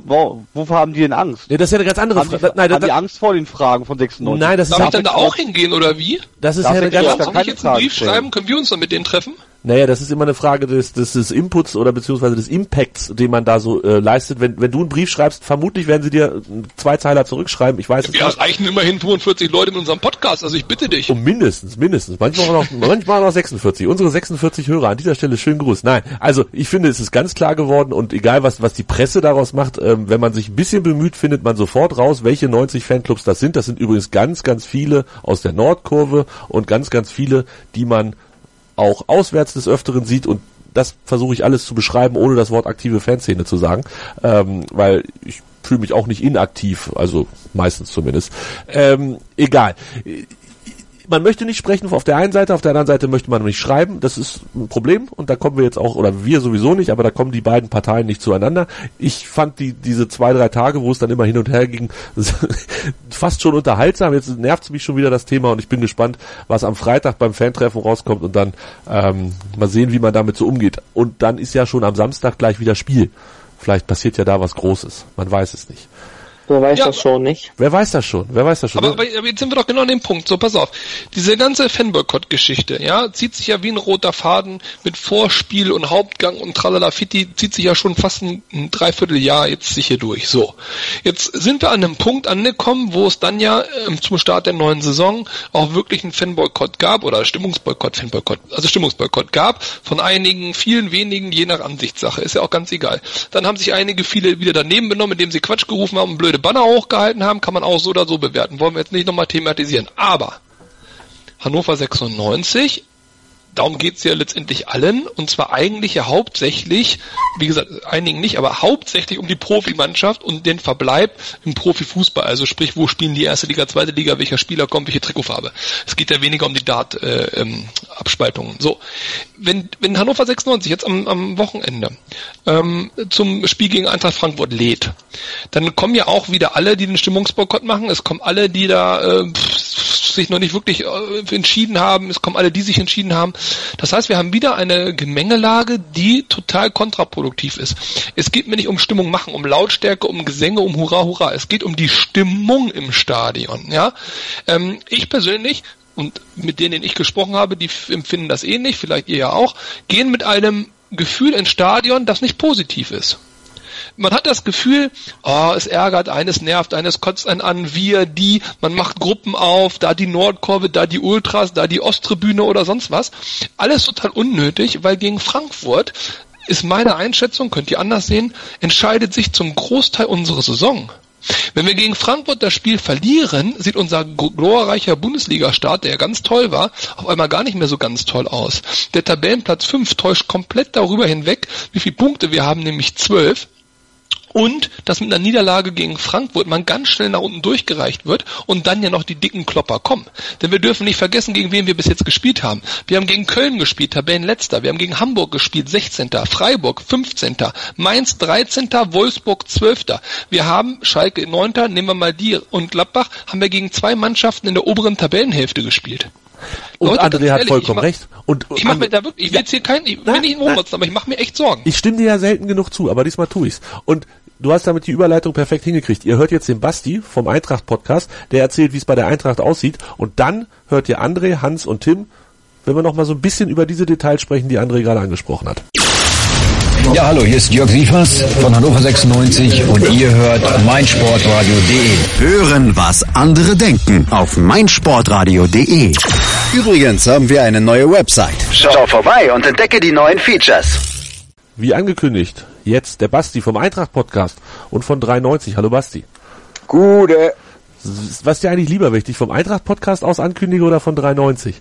Wofür haben die denn Angst? Ja, das ist ja eine ganz andere Frage. Haben die Angst vor den Fragen von 96? Nein, das ist... Darf ich dann da auch hingehen, oder wie? Das ist ja eine ganz andere... Darf ich jetzt einen Brief schreiben? Können wir uns dann mit denen treffen? Naja, das ist immer eine Frage des Inputs oder beziehungsweise des Impacts, den man da so leistet. Wenn du einen Brief schreibst, vermutlich werden sie dir 2 Zeiler zurückschreiben. Ich weiß es nicht. Ja, es reichen immerhin 45 Leute in unserem Podcast, also ich bitte dich. Und mindestens. Manchmal noch 46. Unsere 46 Hörer an dieser Stelle schönen Gruß. Nein, also ich finde, es ist ganz klar geworden, und egal was die Presse daraus macht, wenn man sich ein bisschen bemüht, findet man sofort raus, welche 90 Fanclubs das sind. Das sind übrigens ganz, ganz viele aus der Nordkurve und ganz, ganz viele, die man auch auswärts des Öfteren sieht, und das versuche ich alles zu beschreiben, ohne das Wort aktive Fanszene zu sagen, weil ich fühle mich auch nicht inaktiv, also meistens zumindest. Egal. Man möchte nicht sprechen auf der einen Seite, auf der anderen Seite möchte man nicht schreiben. Das ist ein Problem, und da kommen wir jetzt auch, oder wir sowieso nicht, aber da kommen die beiden Parteien nicht zueinander. Ich fand diese 2-3 Tage, wo es dann immer hin und her ging, fast schon unterhaltsam. Jetzt nervt es mich schon wieder, das Thema, und ich bin gespannt, was am Freitag beim Fantreffen rauskommt, und dann mal sehen, wie man damit so umgeht. Und dann ist ja schon am Samstag gleich wieder Spiel. Vielleicht passiert ja da was Großes. Man weiß es nicht. Wer weiß das schon nicht? Wer weiß das schon? Aber jetzt sind wir doch genau an dem Punkt. So, pass auf. Diese ganze Fanboykott-Geschichte, ja, zieht sich ja wie ein roter Faden mit Vorspiel und Hauptgang und Tralala-Fitti, zieht sich ja schon fast ein Dreivierteljahr jetzt sicher durch. So. Jetzt sind wir an einem Punkt angekommen, wo es dann ja zum Start der neuen Saison auch wirklich einen Fanboykott gab, oder Stimmungsboykott gab, von einigen, vielen wenigen, je nach Ansichtssache. Ist ja auch ganz egal. Dann haben sich viele wieder daneben benommen, indem sie Quatsch gerufen haben und blöde Banner hochgehalten haben, kann man auch so oder so bewerten. Wollen wir jetzt nicht nochmal thematisieren. Aber Hannover 96, darum geht's ja letztendlich allen, und zwar eigentlich ja hauptsächlich, wie gesagt, einigen nicht, aber hauptsächlich um die Profimannschaft und den Verbleib im Profifußball. Also sprich, wo spielen die erste Liga, zweite Liga, welcher Spieler kommt, welche Trikotfarbe. Es geht ja weniger um die Abspaltungen. So, wenn Hannover 96 jetzt am Wochenende zum Spiel gegen Eintracht Frankfurt lädt, dann kommen ja auch wieder alle, die den Stimmungsboykott machen. Es kommen alle, die da sich noch nicht wirklich entschieden haben. Es kommen alle, die sich entschieden haben. Das heißt, wir haben wieder eine Gemengelage, die total kontraproduktiv ist. Es geht mir nicht um Stimmung machen, um Lautstärke, um Gesänge, um Hurra, Hurra. Es geht um die Stimmung im Stadion. Ja, ich persönlich, und mit denen ich gesprochen habe, die empfinden das ähnlich, vielleicht ihr ja auch, gehen mit einem Gefühl ins Stadion, das nicht positiv ist. Man hat das Gefühl, es ärgert einen, es nervt einen, es kotzt einen an, man macht Gruppen auf, da die Nordkurve, da die Ultras, da die Osttribüne oder sonst was. Alles total unnötig, weil gegen Frankfurt ist meine Einschätzung, könnt ihr anders sehen, entscheidet sich zum Großteil unsere Saison. Wenn wir gegen Frankfurt das Spiel verlieren, sieht unser glorreicher Bundesliga-Start, der ja ganz toll war, auf einmal gar nicht mehr so ganz toll aus. Der Tabellenplatz 5 täuscht komplett darüber hinweg, wie viele Punkte wir haben, nämlich 12. Und dass mit einer Niederlage gegen Frankfurt man ganz schnell nach unten durchgereicht wird und dann ja noch die dicken Klopper kommen. Denn wir dürfen nicht vergessen, gegen wen wir bis jetzt gespielt haben. Wir haben gegen Köln gespielt, Tabellenletzter. Wir haben gegen Hamburg gespielt, 16. Freiburg, 15. Mainz, 13. Wolfsburg, 12. Wir haben Schalke, 9. Nehmen wir mal die, und Gladbach haben wir gegen 2 Mannschaften in der oberen Tabellenhälfte gespielt. Und Leute, André hat vollkommen recht. Und ich mache mir da wirklich, ich will jetzt hier will nicht rummotzen, aber ich mache mir echt Sorgen. Ich stimme dir ja selten genug zu, aber diesmal tue ich's. Und du hast damit die Überleitung perfekt hingekriegt. Ihr hört jetzt den Basti vom Eintracht-Podcast, der erzählt, wie es bei der Eintracht aussieht. Und dann hört ihr André, Hans und Tim, wenn wir noch mal so ein bisschen über diese Details sprechen, die André gerade angesprochen hat. Ja, hallo, hier ist Jörg Sievers von Hannover 96 und ihr hört meinsportradio.de. Hören, was andere denken auf meinsportradio.de. Übrigens haben wir eine neue Website. Schau vorbei und entdecke die neuen Features. Wie angekündigt, jetzt der Basti vom Eintracht-Podcast und von 93. Hallo Basti. Gute. Was ist dir eigentlich lieber wichtig, vom Eintracht-Podcast aus ankündige oder von 93?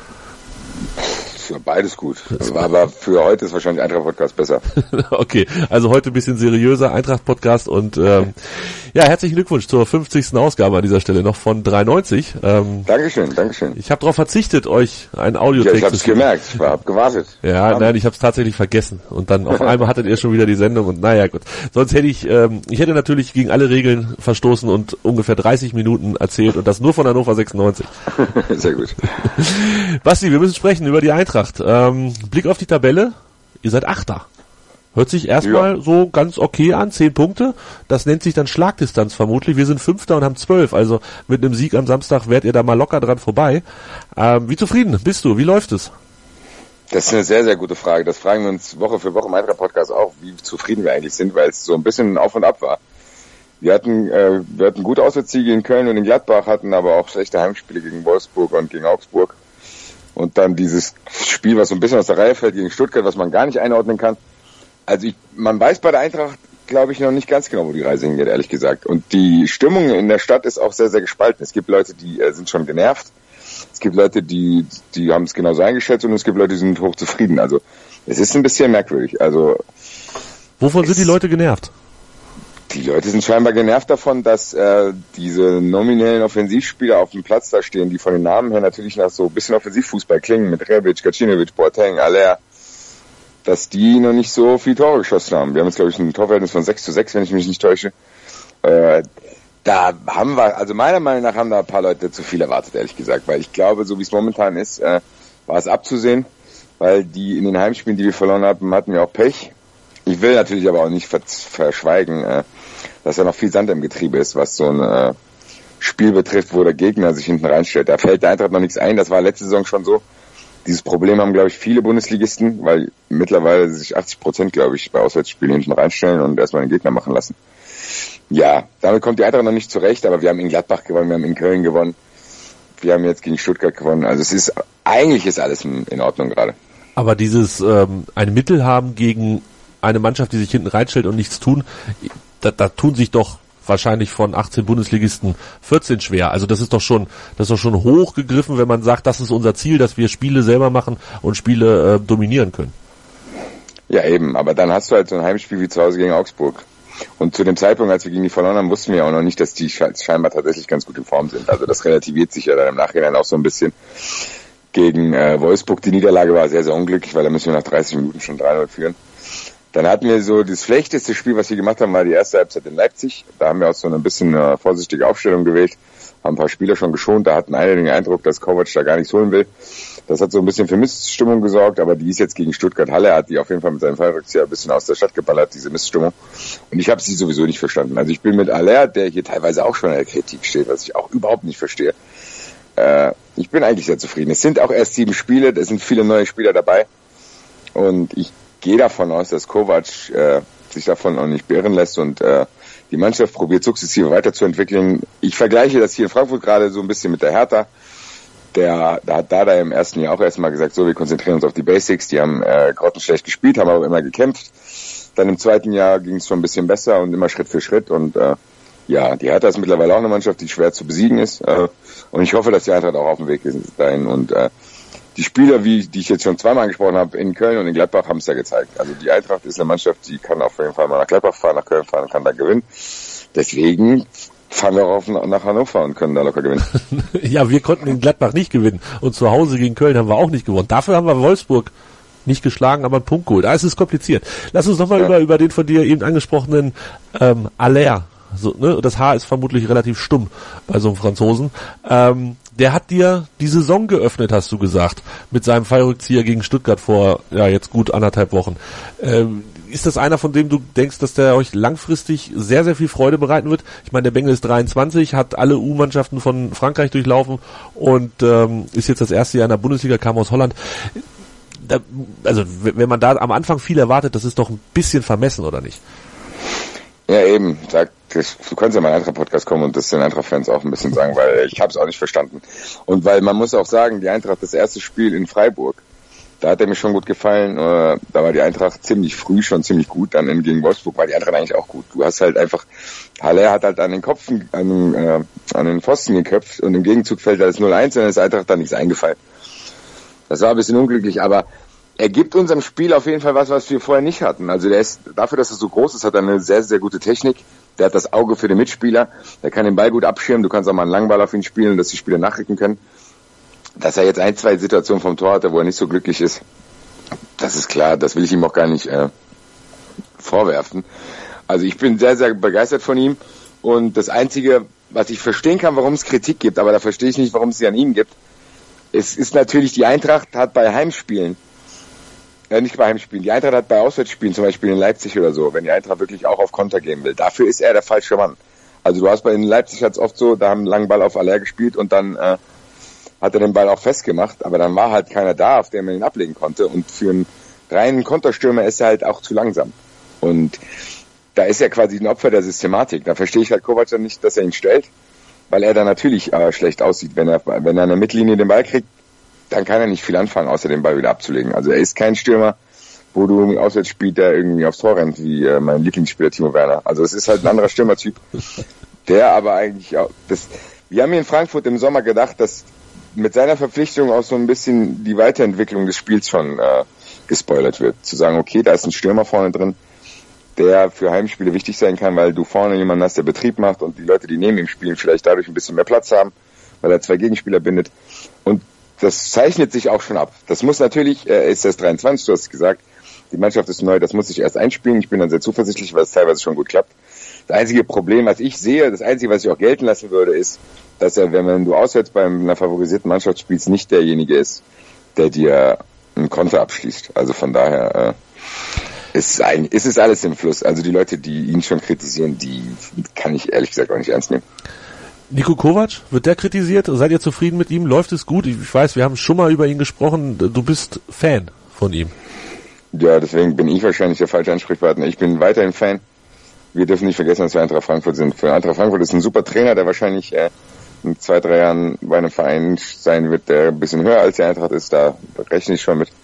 Beides gut. Aber für heute ist wahrscheinlich Eintracht-Podcast besser. Okay, also heute ein bisschen seriöser Eintracht-Podcast und ja, herzlichen Glückwunsch zur 50. Ausgabe an dieser Stelle noch von 93. Dankeschön, Dankeschön. Ich habe darauf verzichtet, euch ein Audio-Text ich habe es gemerkt, ich habe gewartet. Ja, nein, ich habe es tatsächlich vergessen und dann auf einmal hattet ihr schon wieder die Sendung und naja gut. Sonst hätte ich hätte natürlich gegen alle Regeln verstoßen und ungefähr 30 Minuten erzählt und das nur von Hannover 96. Sehr gut. Basti, wir müssen sprechen über die Eintracht. Blick auf die Tabelle, ihr seid Achter. Hört sich erstmal so ganz okay an, 10 Punkte. Das nennt sich dann Schlagdistanz vermutlich. Wir sind Fünfter und haben 12, also mit einem Sieg am Samstag wärt ihr da mal locker dran vorbei. Wie zufrieden bist du? Wie läuft es? Das ist eine sehr, sehr gute Frage. Das fragen wir uns Woche für Woche im Eintracht-Podcast auch, wie zufrieden wir eigentlich sind, weil es so ein bisschen auf und ab war. Wir hatten gute Auswärtssiege in Köln und in Gladbach, hatten aber auch schlechte Heimspiele gegen Wolfsburg und gegen Augsburg. Und dann dieses Spiel, was so ein bisschen aus der Reihe fällt gegen Stuttgart, was man gar nicht einordnen kann. Also man weiß bei der Eintracht, glaube ich, noch nicht ganz genau, wo die Reise hingeht, ehrlich gesagt. Und die Stimmung in der Stadt ist auch sehr, sehr gespalten. Es gibt Leute, die sind schon genervt. Es gibt Leute, die haben es genauso eingeschätzt und es gibt Leute, die sind hochzufrieden. Also es ist ein bisschen merkwürdig. Also wovon sind die Leute genervt? Die Leute sind scheinbar genervt davon, dass diese nominellen Offensivspieler auf dem Platz da stehen, die von den Namen her natürlich nach so ein bisschen Offensivfußball klingen, mit Rebic, Gacinovic, Boateng, Aller, dass die noch nicht so viel Tore geschossen haben. Wir haben jetzt, glaube ich, ein Torverhältnis von 6:6, wenn ich mich nicht täusche. Da haben wir, also meiner Meinung nach haben da ein paar Leute zu viel erwartet, ehrlich gesagt, weil ich glaube, so wie es momentan ist, war es abzusehen, weil die in den Heimspielen, die wir verloren haben, hatten wir auch Pech. Ich will natürlich aber auch nicht verschweigen, dass da noch viel Sand im Getriebe ist, was so ein Spiel betrifft, wo der Gegner sich hinten reinstellt. Da fällt der Eintracht noch nichts ein, das war letzte Saison schon so. Dieses Problem haben, glaube ich, viele Bundesligisten, weil mittlerweile sich 80%, glaube ich, bei Auswärtsspielen hinten reinstellen und erstmal den Gegner machen lassen. Ja, damit kommt die Eintracht noch nicht zurecht, aber wir haben in Gladbach gewonnen, wir haben in Köln gewonnen, wir haben jetzt gegen Stuttgart gewonnen. Also eigentlich ist alles in Ordnung gerade. Aber dieses ein Mittel haben gegen eine Mannschaft, die sich hinten reinstellt und nichts tun, da tun sich doch wahrscheinlich von 18 Bundesligisten 14 schwer. Also das ist doch schon hoch gegriffen, wenn man sagt, das ist unser Ziel, dass wir Spiele selber machen und Spiele dominieren können. Ja eben, aber dann hast du halt so ein Heimspiel wie zu Hause gegen Augsburg. Und zu dem Zeitpunkt, als wir gegen die verloren haben, wussten wir ja auch noch nicht, dass die scheinbar tatsächlich ganz gut in Form sind. Also das relativiert sich ja dann im Nachhinein auch so ein bisschen. Gegen Wolfsburg, die Niederlage war sehr, sehr unglücklich, weil da müssen wir nach 30 Minuten schon 3-0 führen. Dann hatten wir so, das schlechteste Spiel, was wir gemacht haben, war die erste Halbzeit in Leipzig. Da haben wir auch so ein bisschen eine vorsichtige Aufstellung gewählt, haben ein paar Spieler schon geschont. Da hatten einige den Eindruck, dass Kovac da gar nichts holen will. Das hat so ein bisschen für Missstimmung gesorgt, aber die ist jetzt gegen Stuttgart. Halle hat die auf jeden Fall mit seinem Fallrückzieher ein bisschen aus der Stadt geballert, diese Missstimmung. Und ich habe sie sowieso nicht verstanden. Also ich bin mit Aller, der hier teilweise auch schon in der Kritik steht, was ich auch überhaupt nicht verstehe. Ich bin eigentlich sehr zufrieden. Es sind auch erst 7 Spiele, es sind viele neue Spieler dabei. Und ich gehe davon aus, dass Kovac sich davon auch nicht beirren lässt und die Mannschaft probiert sukzessive weiterzuentwickeln. Ich vergleiche das hier in Frankfurt gerade so ein bisschen mit der Hertha. Da hat Dada im ersten Jahr auch erstmal gesagt, so, wir konzentrieren uns auf die Basics. Die haben grottenschlecht gespielt, haben aber immer gekämpft. Dann im zweiten Jahr ging es schon ein bisschen besser und immer Schritt für Schritt. Und ja, die Hertha ist mittlerweile auch eine Mannschaft, die schwer zu besiegen ist. Und ich hoffe, dass die Eintracht auch auf dem Weg ist dahin. Und die Spieler, die ich jetzt schon zweimal angesprochen habe, in Köln und in Gladbach, haben es ja gezeigt. Also die Eintracht ist eine Mannschaft, die kann auf jeden Fall mal nach Gladbach fahren, nach Köln fahren und kann da gewinnen. Deswegen fahren wir auch nach Hannover und können da locker gewinnen. Ja, wir konnten in Gladbach nicht gewinnen. Und zu Hause gegen Köln haben wir auch nicht gewonnen. Dafür haben wir Wolfsburg nicht geschlagen, aber einen Punkt geholt. Da ist es kompliziert. Lass uns nochmal über den von dir eben angesprochenen Aller. So, ne? Das Haar ist vermutlich relativ stumm bei so einem Franzosen. Der hat dir die Saison geöffnet, hast du gesagt, mit seinem Fallrückzieher gegen Stuttgart vor, ja, jetzt gut 1,5 Wochen. Ist das einer, von dem du denkst, dass der euch langfristig sehr, sehr viel Freude bereiten wird? Ich meine, der Bengel ist 23, hat alle U-Mannschaften von Frankreich durchlaufen und ist jetzt das erste Jahr in der Bundesliga, kam aus Holland. Also wenn man da am Anfang viel erwartet, das ist doch ein bisschen vermessen, oder nicht? Ja, eben. Du kannst ja mal in einen Eintracht-Podcast kommen und das den Eintracht-Fans auch ein bisschen sagen, weil ich habe es auch nicht verstanden. Und weil man muss auch sagen, die Eintracht, das erste Spiel in Freiburg, da hat er mir schon gut gefallen. Da war die Eintracht ziemlich früh schon ziemlich gut. Dann gegen Wolfsburg war die Eintracht eigentlich auch gut. Du hast halt einfach, Haller hat halt an den Pfosten geköpft und im Gegenzug fällt das 0-1 und dann ist der Eintracht da nichts eingefallen. Das war ein bisschen unglücklich, aber er gibt unserem Spiel auf jeden Fall was wir vorher nicht hatten. Also der ist, dafür, dass er so groß ist, hat er eine sehr, sehr gute Technik. Der hat das Auge für den Mitspieler. Der kann den Ball gut abschirmen. Du kannst auch mal einen Langball auf ihn spielen, dass die Spieler nachrücken können. Dass er jetzt 1-2 Situationen vom Tor hatte, wo er nicht so glücklich ist, das ist klar. Das will ich ihm auch gar nicht vorwerfen. Also ich bin sehr, sehr begeistert von ihm. Und das Einzige, was ich verstehen kann, warum es Kritik gibt, aber da verstehe ich nicht, warum es sie an ihm gibt, es ist natürlich, die Eintracht hat bei Heimspielen, nicht bei Heimspielen, die Eintracht hat bei Auswärtsspielen, zum Beispiel in Leipzig oder so, wenn die Eintracht wirklich auch auf Konter gehen will, dafür ist er der falsche Mann. Also du hast in Leipzig hat's oft so, da haben einen langen Ball auf Aller gespielt und dann hat er den Ball auch festgemacht, aber dann war halt keiner da, auf dem man ihn ablegen konnte und für einen reinen Konterstürmer ist er halt auch zu langsam. Und da ist er quasi ein Opfer der Systematik. Da verstehe ich halt Kovac dann nicht, dass er ihn stellt, weil er dann natürlich schlecht aussieht. Wenn er an der Mittellinie den Ball kriegt, dann kann er nicht viel anfangen, außer den Ball wieder abzulegen. Also er ist kein Stürmer, wo du im Auswärts spielt, der irgendwie aufs Tor rennt, wie mein Lieblingsspieler Timo Werner. Also es ist halt ein anderer Stürmertyp, der aber eigentlich auch... Wir haben hier in Frankfurt im Sommer gedacht, dass mit seiner Verpflichtung auch so ein bisschen die Weiterentwicklung des Spiels schon gespoilert wird. Zu sagen, okay, da ist ein Stürmer vorne drin, der für Heimspiele wichtig sein kann, weil du vorne jemanden hast, der Betrieb macht und die Leute, die neben ihm spielen, vielleicht dadurch ein bisschen mehr Platz haben, weil er 2 Gegenspieler bindet. Und das zeichnet sich auch schon ab. Das muss natürlich, ist das 23, du hast es gesagt, die Mannschaft ist neu, das muss sich erst einspielen. Ich bin dann sehr zuversichtlich, weil es teilweise schon gut klappt. Das einzige Problem, was ich sehe, das einzige, was ich auch gelten lassen würde, ist, dass er, wenn du auswärts bei einer favorisierten Mannschaft spielst, nicht derjenige ist, der dir einen Konter abschließt. Also von daher ist es alles im Fluss. Also die Leute, die ihn schon kritisieren, die kann ich ehrlich gesagt auch nicht ernst nehmen. Niko Kovac, wird der kritisiert? Seid ihr zufrieden mit ihm? Läuft es gut? Ich weiß, wir haben schon mal über ihn gesprochen. Du bist Fan von ihm. Ja, deswegen bin ich wahrscheinlich der falsche Ansprechpartner. Ich bin weiterhin Fan. Wir dürfen nicht vergessen, dass wir Eintracht Frankfurt sind. Für Eintracht Frankfurt ist ein super Trainer, der wahrscheinlich in 2-3 Jahren bei einem Verein sein wird, der ein bisschen höher als die Eintracht ist. Da rechne ich schon mit.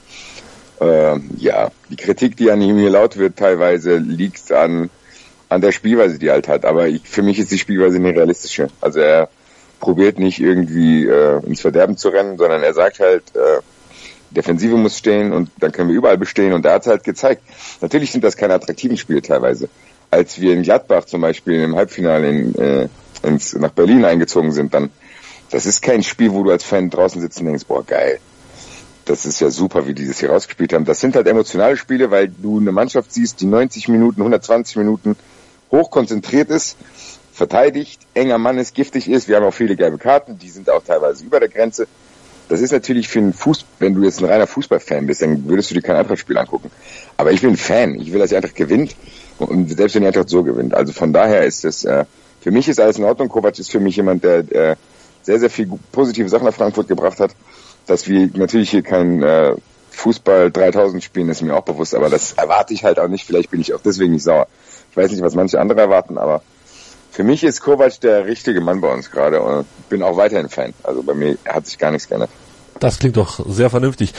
Ja, die Kritik, die an ihm hier laut wird, teilweise liegt an der Spielweise, die er halt hat. Aber für mich ist die Spielweise eine realistische. Also er probiert nicht irgendwie ins Verderben zu rennen, sondern er sagt halt, Defensive muss stehen und dann können wir überall bestehen. Und er hat es halt gezeigt. Natürlich sind das keine attraktiven Spiele teilweise. Als wir in Gladbach zum Beispiel im Halbfinale nach Berlin eingezogen sind, dann, das ist kein Spiel, wo du als Fan draußen sitzt und denkst, boah, geil. Das ist ja super, wie die das hier rausgespielt haben. Das sind halt emotionale Spiele, weil du eine Mannschaft siehst, die 90 Minuten, 120 Minuten hochkonzentriert ist, verteidigt, enger Mann ist, giftig ist. Wir haben auch viele gelbe Karten, die sind auch teilweise über der Grenze. Das ist natürlich für einen wenn du jetzt ein reiner Fußballfan bist, dann würdest du dir kein Eintracht-Spiel angucken. Aber ich bin ein Fan. Ich will, dass die Eintracht gewinnt. Und selbst wenn die Eintracht so gewinnt. Also von daher ist das, für mich ist alles in Ordnung. Kovac ist für mich jemand, der sehr, sehr viel positive Sachen nach Frankfurt gebracht hat. Dass wir natürlich hier kein Fußball 3000 spielen, ist mir auch bewusst. Aber das erwarte ich halt auch nicht. Vielleicht bin ich auch deswegen nicht sauer. Ich weiß nicht, was manche andere erwarten, aber für mich ist Kovac der richtige Mann bei uns gerade. Und ich bin auch weiterhin Fan. Also bei mir hat sich gar nichts geändert. Das klingt doch sehr vernünftig.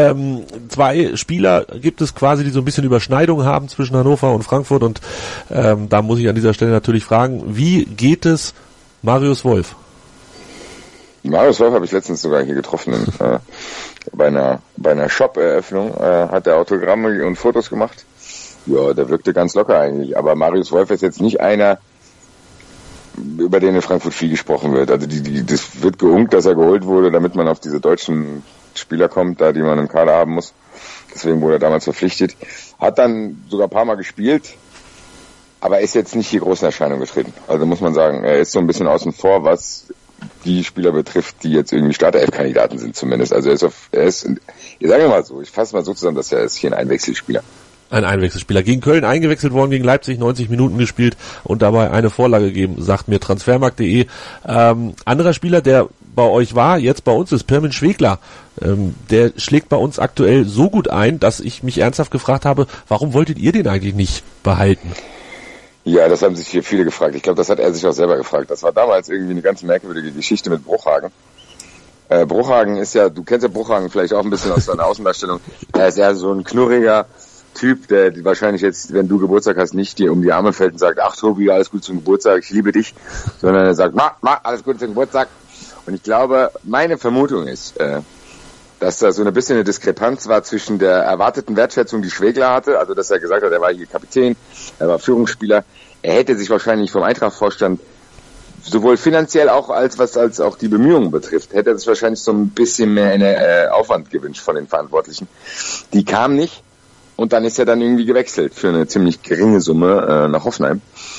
2 Spieler gibt es quasi, die so ein bisschen Überschneidung haben zwischen Hannover und Frankfurt und da muss ich an dieser Stelle natürlich fragen, wie geht es Marius Wolf? Marius Wolf habe ich letztens sogar hier getroffen bei einer Shop-Eröffnung, hat er Autogramme und Fotos gemacht. Ja, der wirkte ganz locker eigentlich, aber Marius Wolf ist jetzt nicht einer, über den in Frankfurt viel gesprochen wird. Also das wird geunkt, dass er geholt wurde, damit man auf diese deutschen Spieler kommt, da die man im Kader haben muss. Deswegen wurde er damals verpflichtet. Hat dann sogar ein paar Mal gespielt, aber ist jetzt nicht die großen Erscheinungen getreten. Also muss man sagen, er ist so ein bisschen außen vor, was die Spieler betrifft, die jetzt irgendwie Startelf-Kandidaten sind zumindest. Also ich sage mal so, ich fasse mal so zusammen, dass er ist hier ein Einwechselspieler. Ein Einwechselspieler. Gegen Köln eingewechselt worden, gegen Leipzig 90 Minuten gespielt und dabei eine Vorlage gegeben, sagt mir Transfermarkt.de. Anderer Spieler, der bei euch war, jetzt bei uns ist Pirmin Schwegler. Der schlägt bei uns aktuell so gut ein, dass ich mich ernsthaft gefragt habe, warum wolltet ihr den eigentlich nicht behalten? Ja, das haben sich hier viele gefragt. Ich glaube, das hat er sich auch selber gefragt. Das war damals irgendwie eine ganz merkwürdige Geschichte mit Bruchhagen. Bruchhagen ist ja, du kennst ja Bruchhagen vielleicht auch ein bisschen aus seiner Außendarstellung. Er ist eher so ein knurriger Typ, der wahrscheinlich jetzt, wenn du Geburtstag hast, nicht dir um die Arme fällt und sagt, ach Tobi, alles gut zum Geburtstag, ich liebe dich, sondern er sagt, alles gut zum Geburtstag. Und ich glaube, meine Vermutung ist, dass da so ein bisschen eine Diskrepanz war zwischen der erwarteten Wertschätzung, die Schwegler hatte, also dass er gesagt hat, er war hier Kapitän, er war Führungsspieler, er hätte sich wahrscheinlich vom Eintracht-Vorstand sowohl finanziell auch als auch die Bemühungen betrifft, hätte er sich wahrscheinlich so ein bisschen mehr Aufwand gewünscht von den Verantwortlichen. Die kam nicht und dann ist er dann irgendwie gewechselt für eine ziemlich geringe Summe nach Hoffenheim.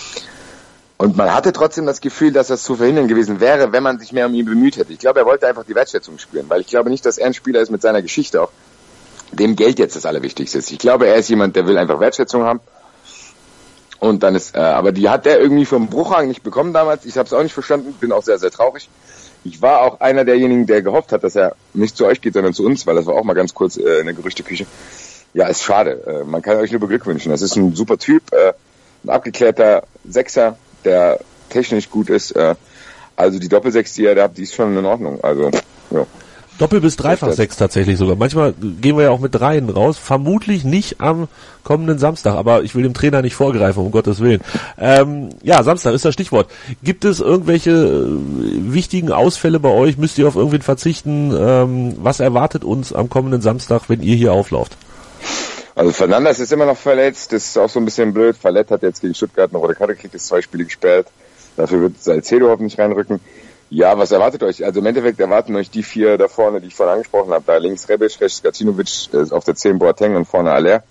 Und man hatte trotzdem das Gefühl, dass das zu verhindern gewesen wäre, wenn man sich mehr um ihn bemüht hätte. Ich glaube, er wollte einfach die Wertschätzung spüren, weil ich glaube nicht, dass er ein Spieler ist mit seiner Geschichte auch, dem Geld jetzt das Allerwichtigste ist. Ich glaube, er ist jemand, der will einfach Wertschätzung haben. Und dann ist, aber die hat der irgendwie vom Bruchhagen nicht bekommen damals. Ich habe es auch nicht verstanden, bin auch sehr, sehr traurig. Ich war auch einer derjenigen, der gehofft hat, dass er nicht zu euch geht, sondern zu uns, weil das war auch mal ganz kurz in der Gerüchteküche. Ja, ist schade. Man kann euch nur beglückwünschen. Das ist ein super Typ, ein abgeklärter Sechser, der technisch gut ist. Also die Doppelsechs, die ihr da habt, die ist schon in Ordnung. Also, ja. Doppel- bis Dreifach-Sechs tatsächlich sogar. Manchmal gehen wir ja auch mit Dreien raus. Vermutlich nicht am kommenden Samstag, aber ich will dem Trainer nicht vorgreifen, um Gottes Willen. Ja, Samstag ist das Stichwort. Gibt es irgendwelche wichtigen Ausfälle bei euch? Müsst ihr auf irgendwen verzichten? Was erwartet uns am kommenden Samstag, wenn ihr hier auflauft? Also Fernandes ist immer noch verletzt, das ist auch so ein bisschen blöd. Verletzt hat jetzt gegen Stuttgart eine rote Karte gekriegt, ist 2 Spiele gesperrt. Dafür wird Salcedo hoffentlich reinrücken. Ja, was erwartet euch? Also im Endeffekt erwarten euch die 4 da vorne, die ich vorhin angesprochen habe. Da links Rebic, rechts Gacinovic, auf der 10 Boateng und vorne Aller.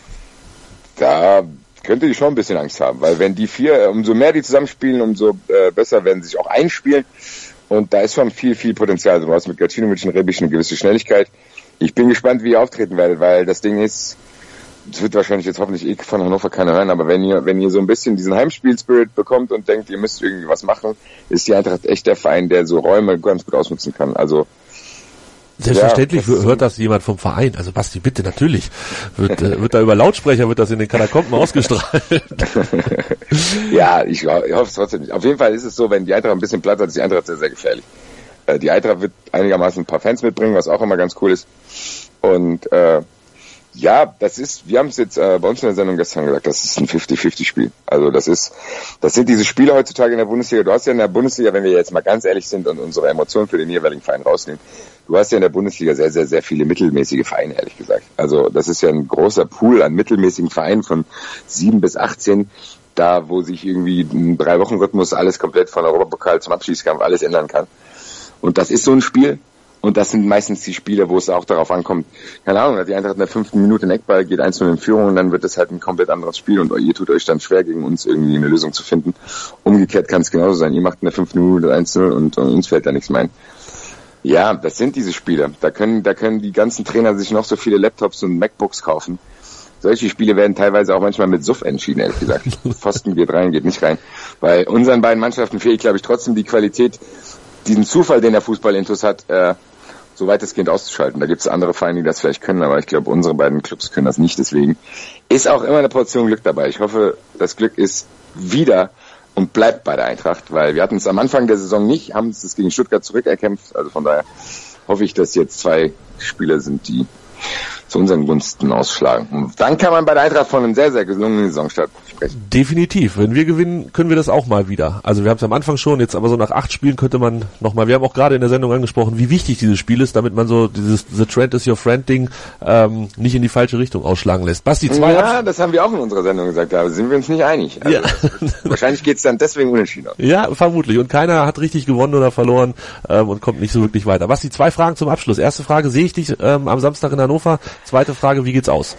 Da könnt ihr schon ein bisschen Angst haben, weil wenn die 4, umso mehr die zusammenspielen, umso besser werden sie sich auch einspielen. Und da ist schon viel, viel Potenzial. Also du hast mit Gacinovic und Rebic eine gewisse Schnelligkeit. Ich bin gespannt, wie ihr auftreten werdet, weil das Ding ist, es wird wahrscheinlich jetzt hoffentlich von Hannover keiner hören, aber wenn ihr so ein bisschen diesen Heimspiel-Spirit bekommt und denkt, ihr müsst irgendwie was machen, ist die Eintracht echt der Verein, der so Räume ganz gut ausnutzen kann. Also selbstverständlich hört das jemand vom Verein. Also Basti, bitte, natürlich. Wird da über Lautsprecher, wird das in den Katakomben ausgestrahlt. Ja, ich hoffe es trotzdem nicht. Auf jeden Fall ist es so, wenn die Eintracht ein bisschen Platz hat, ist die Eintracht sehr, sehr gefährlich. Die Eintracht wird einigermaßen ein paar Fans mitbringen, was auch immer ganz cool ist. Und ja, wir haben es jetzt bei uns in der Sendung gestern gesagt, das ist ein 50-50-Spiel. Also das sind diese Spiele heutzutage in der Bundesliga. Du hast ja in der Bundesliga, wenn wir jetzt mal ganz ehrlich sind und unsere Emotionen für den jeweiligen Verein rausnehmen, du hast ja in der Bundesliga sehr, sehr, sehr viele mittelmäßige Vereine, ehrlich gesagt. Also das ist ja ein großer Pool an mittelmäßigen Vereinen von 7 bis 18, da wo sich irgendwie im 3-Wochen-Rhythmus alles komplett von Europapokal zum Abschießkampf alles ändern kann. Und das ist so ein Spiel. Und das sind meistens die Spiele, wo es auch darauf ankommt, keine Ahnung, die Eintracht in der 5. Minute in Eckball geht 1-0 in Führung und dann wird es halt ein komplett anderes Spiel und ihr tut euch dann schwer, gegen uns irgendwie eine Lösung zu finden. Umgekehrt kann es genauso sein. Ihr macht in der 5. Minute 1-0 und uns fällt da nichts mehr ein. Ja, das sind diese Spiele. Da können die ganzen Trainer sich noch so viele Laptops und MacBooks kaufen. Solche Spiele werden teilweise auch manchmal mit Suff entschieden, ehrlich gesagt. Pfosten geht rein, geht nicht rein. Bei unseren beiden Mannschaften fehlt, glaube ich, trotzdem die Qualität, diesen Zufall, den der Fußball-Intus hat, so weitestgehend auszuschalten. Da gibt es andere Vereine, die das vielleicht können, aber ich glaube, unsere beiden Clubs können das nicht. Deswegen ist auch immer eine Portion Glück dabei. Ich hoffe, das Glück ist wieder und bleibt bei der Eintracht, weil wir hatten es am Anfang der Saison nicht, haben es gegen Stuttgart zurückerkämpft. Also von daher hoffe ich, dass jetzt 2 Spieler sind, die zu unseren Gunsten ausschlagen. Und dann kann man bei der Eintracht von einem sehr, sehr gelungenen Saisonstart sprechen. Definitiv. Wenn wir gewinnen, können wir das auch mal wieder. Also wir haben es am Anfang schon, jetzt aber so nach 8 Spielen könnte man nochmal, wir haben auch gerade in der Sendung angesprochen, wie wichtig dieses Spiel ist, damit man so dieses The Trend is your friend Ding nicht in die falsche Richtung ausschlagen lässt. Basti, 2 Ja, das haben wir auch in unserer Sendung gesagt, da sind wir uns nicht einig. Also ja. Wahrscheinlich geht's dann deswegen unentschieden aus. Ja, vermutlich. Und keiner hat richtig gewonnen oder verloren und kommt nicht so wirklich weiter. Basti, 2 Fragen zum Abschluss. Erste Frage, sehe ich dich am Samstag in Hannover? Zweite Frage, wie geht's aus?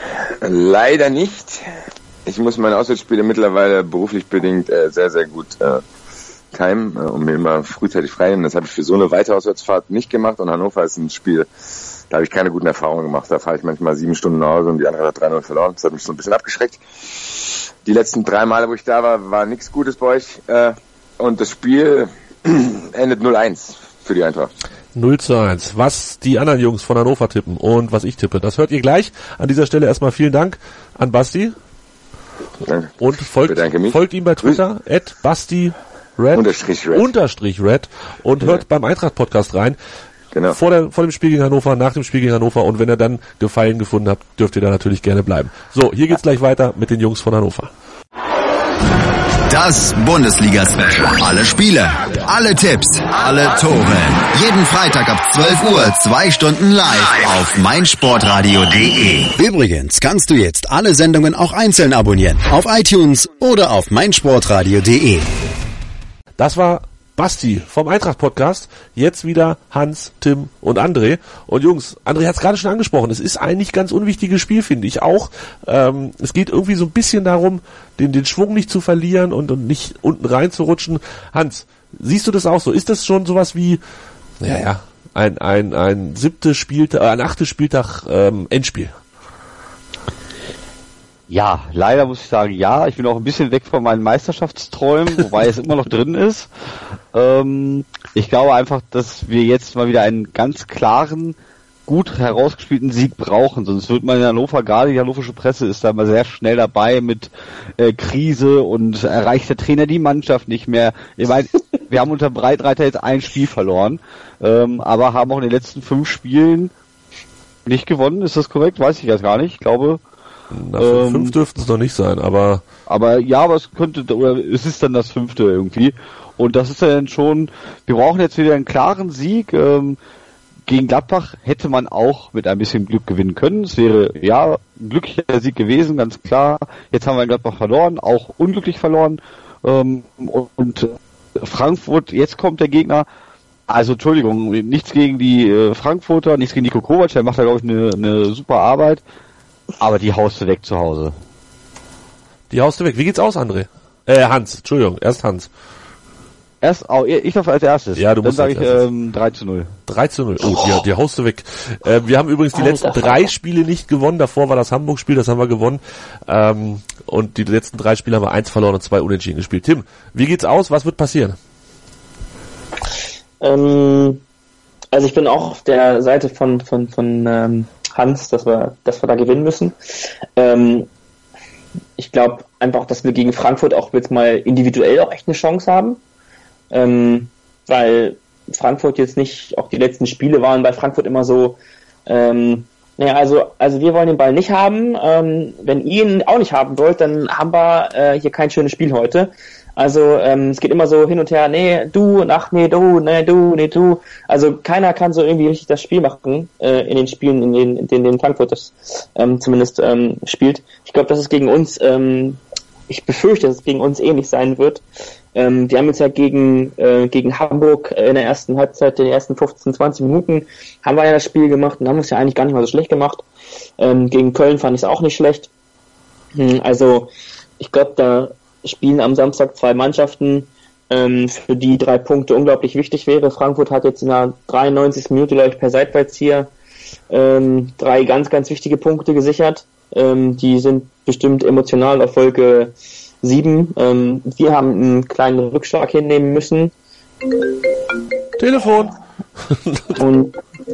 Leider nicht. Ich muss meine Auswärtsspiele mittlerweile beruflich bedingt sehr, sehr gut timen, um mir immer frühzeitig frei nehmen. Das habe ich für so eine weite Auswärtsfahrt nicht gemacht und Hannover ist ein Spiel, Da habe ich keine guten Erfahrungen gemacht. Da fahre ich manchmal 7 Stunden nach Hause und die andere hat 3-0 verloren. Das hat mich so ein bisschen abgeschreckt. Die letzten 3 Male, wo ich da war nichts Gutes bei euch. Und das Spiel endet 0-1 für die Eintracht. 0-1. Was die anderen Jungs von Hannover tippen und was ich tippe, das hört ihr gleich. An dieser Stelle erstmal vielen Dank an Basti. Danke. Und folgt ihm bei Twitter, @BastiRed, _Red und hört beim Eintracht-Podcast rein. Genau. Vor dem Spiel gegen Hannover, nach dem Spiel gegen Hannover, und wenn ihr dann Gefallen gefunden habt, dürft ihr da natürlich gerne bleiben. So, hier geht's gleich weiter mit den Jungs von Hannover. Das Bundesliga-Special. Alle Spiele, alle Tipps, alle Tore. Jeden Freitag ab 12 Uhr, 2 Stunden live auf meinsportradio.de. Übrigens kannst du jetzt alle Sendungen auch einzeln abonnieren. Auf iTunes oder auf meinsportradio.de. Das war Basti vom Eintracht-Podcast. Jetzt wieder Hans, Tim und André. Und Jungs, André hat es gerade schon angesprochen, es ist ein nicht ganz unwichtiges Spiel, finde ich auch. Es geht irgendwie so ein bisschen darum, den Schwung nicht zu verlieren und nicht unten reinzurutschen. Hans, siehst du das auch so? Ist das schon sowas wie, ein 7. Spieltag, ein 8. Spieltag Endspiel? Ja, leider muss ich sagen, ja. Ich bin auch ein bisschen weg von meinen Meisterschaftsträumen, wobei es immer noch drin ist. Ich glaube einfach, dass wir jetzt mal wieder einen ganz klaren, gut herausgespielten Sieg brauchen. Sonst wird man in Hannover, gerade die hannoversche Presse ist da mal sehr schnell dabei mit Krise und erreicht der Trainer die Mannschaft nicht mehr. Ich meine, wir haben unter Breitreiter jetzt ein Spiel verloren, aber haben auch in den letzten 5 Spielen nicht gewonnen. Ist das korrekt? Weiß ich jetzt gar nicht. Ich glaube... 5 dürften es noch nicht sein, aber es könnte, oder es ist dann das 5. irgendwie. Und das ist ja dann schon, wir brauchen jetzt wieder einen klaren Sieg. Gegen Gladbach hätte man auch mit ein bisschen Glück gewinnen können. Es wäre, ein glücklicher Sieg gewesen, ganz klar. Jetzt haben wir in Gladbach verloren, auch unglücklich verloren. Und Frankfurt, jetzt kommt der Gegner. Also, Entschuldigung, nichts gegen die Frankfurter, nichts gegen Niko Kovac, der macht da, glaube ich, eine super Arbeit. Aber die haust du weg zu Hause. Die haust du weg. Wie geht's aus, André? Hans, Entschuldigung, erst Hans. Ich darf als erstes. Ja, du dann musst sage ich 3-0. 3-0. Oh, die haust du weg. Wir haben übrigens die letzten 3 Spiele nicht gewonnen. Davor war das Hamburg-Spiel, das haben wir gewonnen. Und die letzten 3 Spiele haben wir 1 verloren und 2 unentschieden gespielt. Tim, wie geht's aus? Was wird passieren? Also ich bin auch auf der Seite von Hans, dass wir da gewinnen müssen. Ich glaube einfach, dass wir gegen Frankfurt auch jetzt mal individuell auch echt eine Chance haben, weil Frankfurt jetzt nicht, auch die letzten Spiele waren bei Frankfurt immer so, also wir wollen den Ball nicht haben, wenn ihr ihn auch nicht haben wollt, dann haben wir hier kein schönes Spiel heute. Also es geht immer so hin und her, nee, du, du. Also keiner kann so irgendwie richtig das Spiel machen in den Spielen, in denen Frankfurt das zumindest spielt. Ich glaube, dass es gegen uns, ich befürchte, dass es gegen uns ähnlich sein wird. Die haben jetzt ja gegen Hamburg in der ersten Halbzeit, in den ersten 15, 20 Minuten, haben wir ja das Spiel gemacht und haben es ja eigentlich gar nicht mal so schlecht gemacht. Gegen Köln fand ich es auch nicht schlecht. Also ich glaube, da spielen am Samstag 2 Mannschaften, für die 3 Punkte unglaublich wichtig wäre. Frankfurt hat jetzt in der 93. Minute, glaube ich, per Seitwärtszieher 3 ganz, ganz wichtige Punkte gesichert. Die sind bestimmt emotional auf Wolke 7. Wir haben einen kleinen Rückschlag hinnehmen müssen. Telefon. Und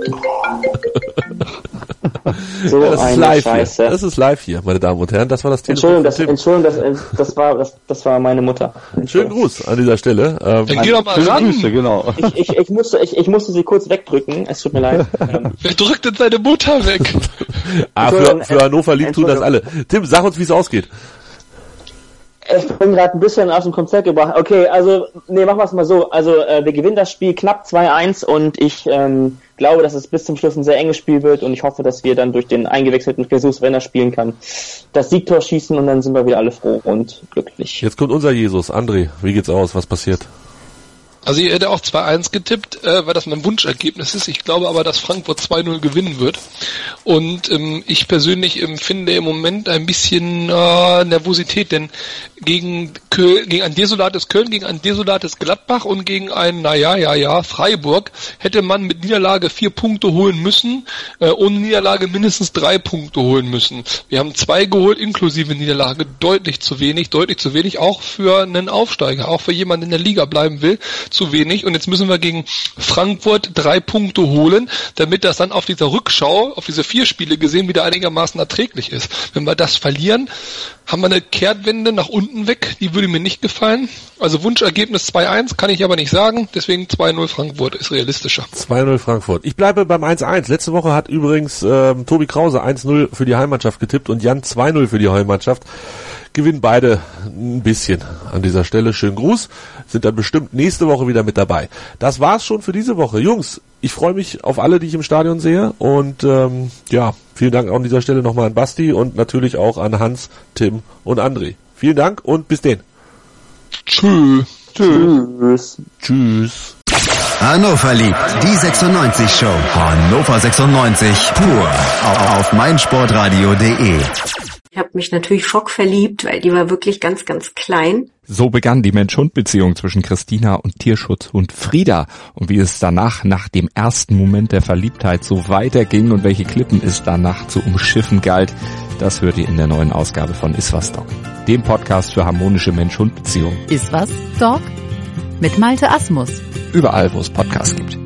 so das ist eine live Scheiße. Hier. Das ist live hier, meine Damen und Herren. Das war das Telefon. Entschuldigung, das war meine Mutter. Schönen Gruß an dieser Stelle. Dann geh doch mal ran. Grüße, genau. Ich musste sie kurz wegdrücken. Es tut mir leid. Wer drückt denn seine Mutter weg? Für Hannover lieb tun das alle. Tim, sag uns, wie es ausgeht. Ich bin gerade ein bisschen aus dem Konzept gebracht. Okay, also, machen wir es mal so. Also, wir gewinnen das Spiel knapp 2-1 und ich glaube, dass es bis zum Schluss ein sehr enges Spiel wird und ich hoffe, dass wir dann durch den eingewechselten Jesus, wenn er spielen kann, das Siegtor schießen und dann sind wir wieder alle froh und glücklich. Jetzt kommt unser Jesus. André, wie geht's aus? Was passiert? Also ich hätte auch 2-1 getippt, weil das mein Wunschergebnis ist. Ich glaube aber, dass Frankfurt 2-0 gewinnen wird. Und ich persönlich empfinde im Moment ein bisschen Nervosität, denn gegen ein desolates Köln, gegen ein desolates Gladbach und gegen ein, Freiburg hätte man mit Niederlage 4 Punkte holen müssen, ohne Niederlage mindestens 3 Punkte holen müssen. Wir haben 2 geholt, inklusive Niederlage, deutlich zu wenig, auch für einen Aufsteiger, auch für jemanden, der in der Liga bleiben will, zu wenig. Und jetzt müssen wir gegen Frankfurt 3 Punkte holen, damit das dann auf dieser Rückschau, auf diese 4 Spiele gesehen, wieder einigermaßen erträglich ist. Wenn wir das verlieren, haben wir eine Kehrtwende nach unten weg, die würde mir nicht gefallen. Also Wunschergebnis 2-1 kann ich aber nicht sagen, deswegen 2-0 Frankfurt ist realistischer. 2-0 Frankfurt. Ich bleibe beim 1-1. Letzte Woche hat übrigens Tobi Krause 1-0 für die Heimmannschaft getippt und Jan 2-0 für die Heimmannschaft. Gewinnen beide ein bisschen an dieser Stelle. Schönen Gruß. Sind dann bestimmt nächste Woche wieder mit dabei. Das war's schon für diese Woche. Jungs, ich freue mich auf alle, die ich im Stadion sehe. Und vielen Dank auch an dieser Stelle nochmal an Basti und natürlich auch an Hans, Tim und André. Vielen Dank und bis denn. Tschüss. Hannover liebt die 96 Show. Hannover 96 pur auf meinsportradio.de. Ich habe mich natürlich schockverliebt, weil die war wirklich ganz, ganz klein. So begann die Mensch-Hund-Beziehung zwischen Christina und Tierschutzhund Frieda. Und wie es danach, nach dem ersten Moment der Verliebtheit, so weiterging und welche Klippen es danach zu umschiffen galt, das hört ihr in der neuen Ausgabe von Iswas Dog, dem Podcast für harmonische Mensch-Hund-Beziehungen. Iswas Dog mit Malte Asmus. Überall, wo es Podcasts gibt.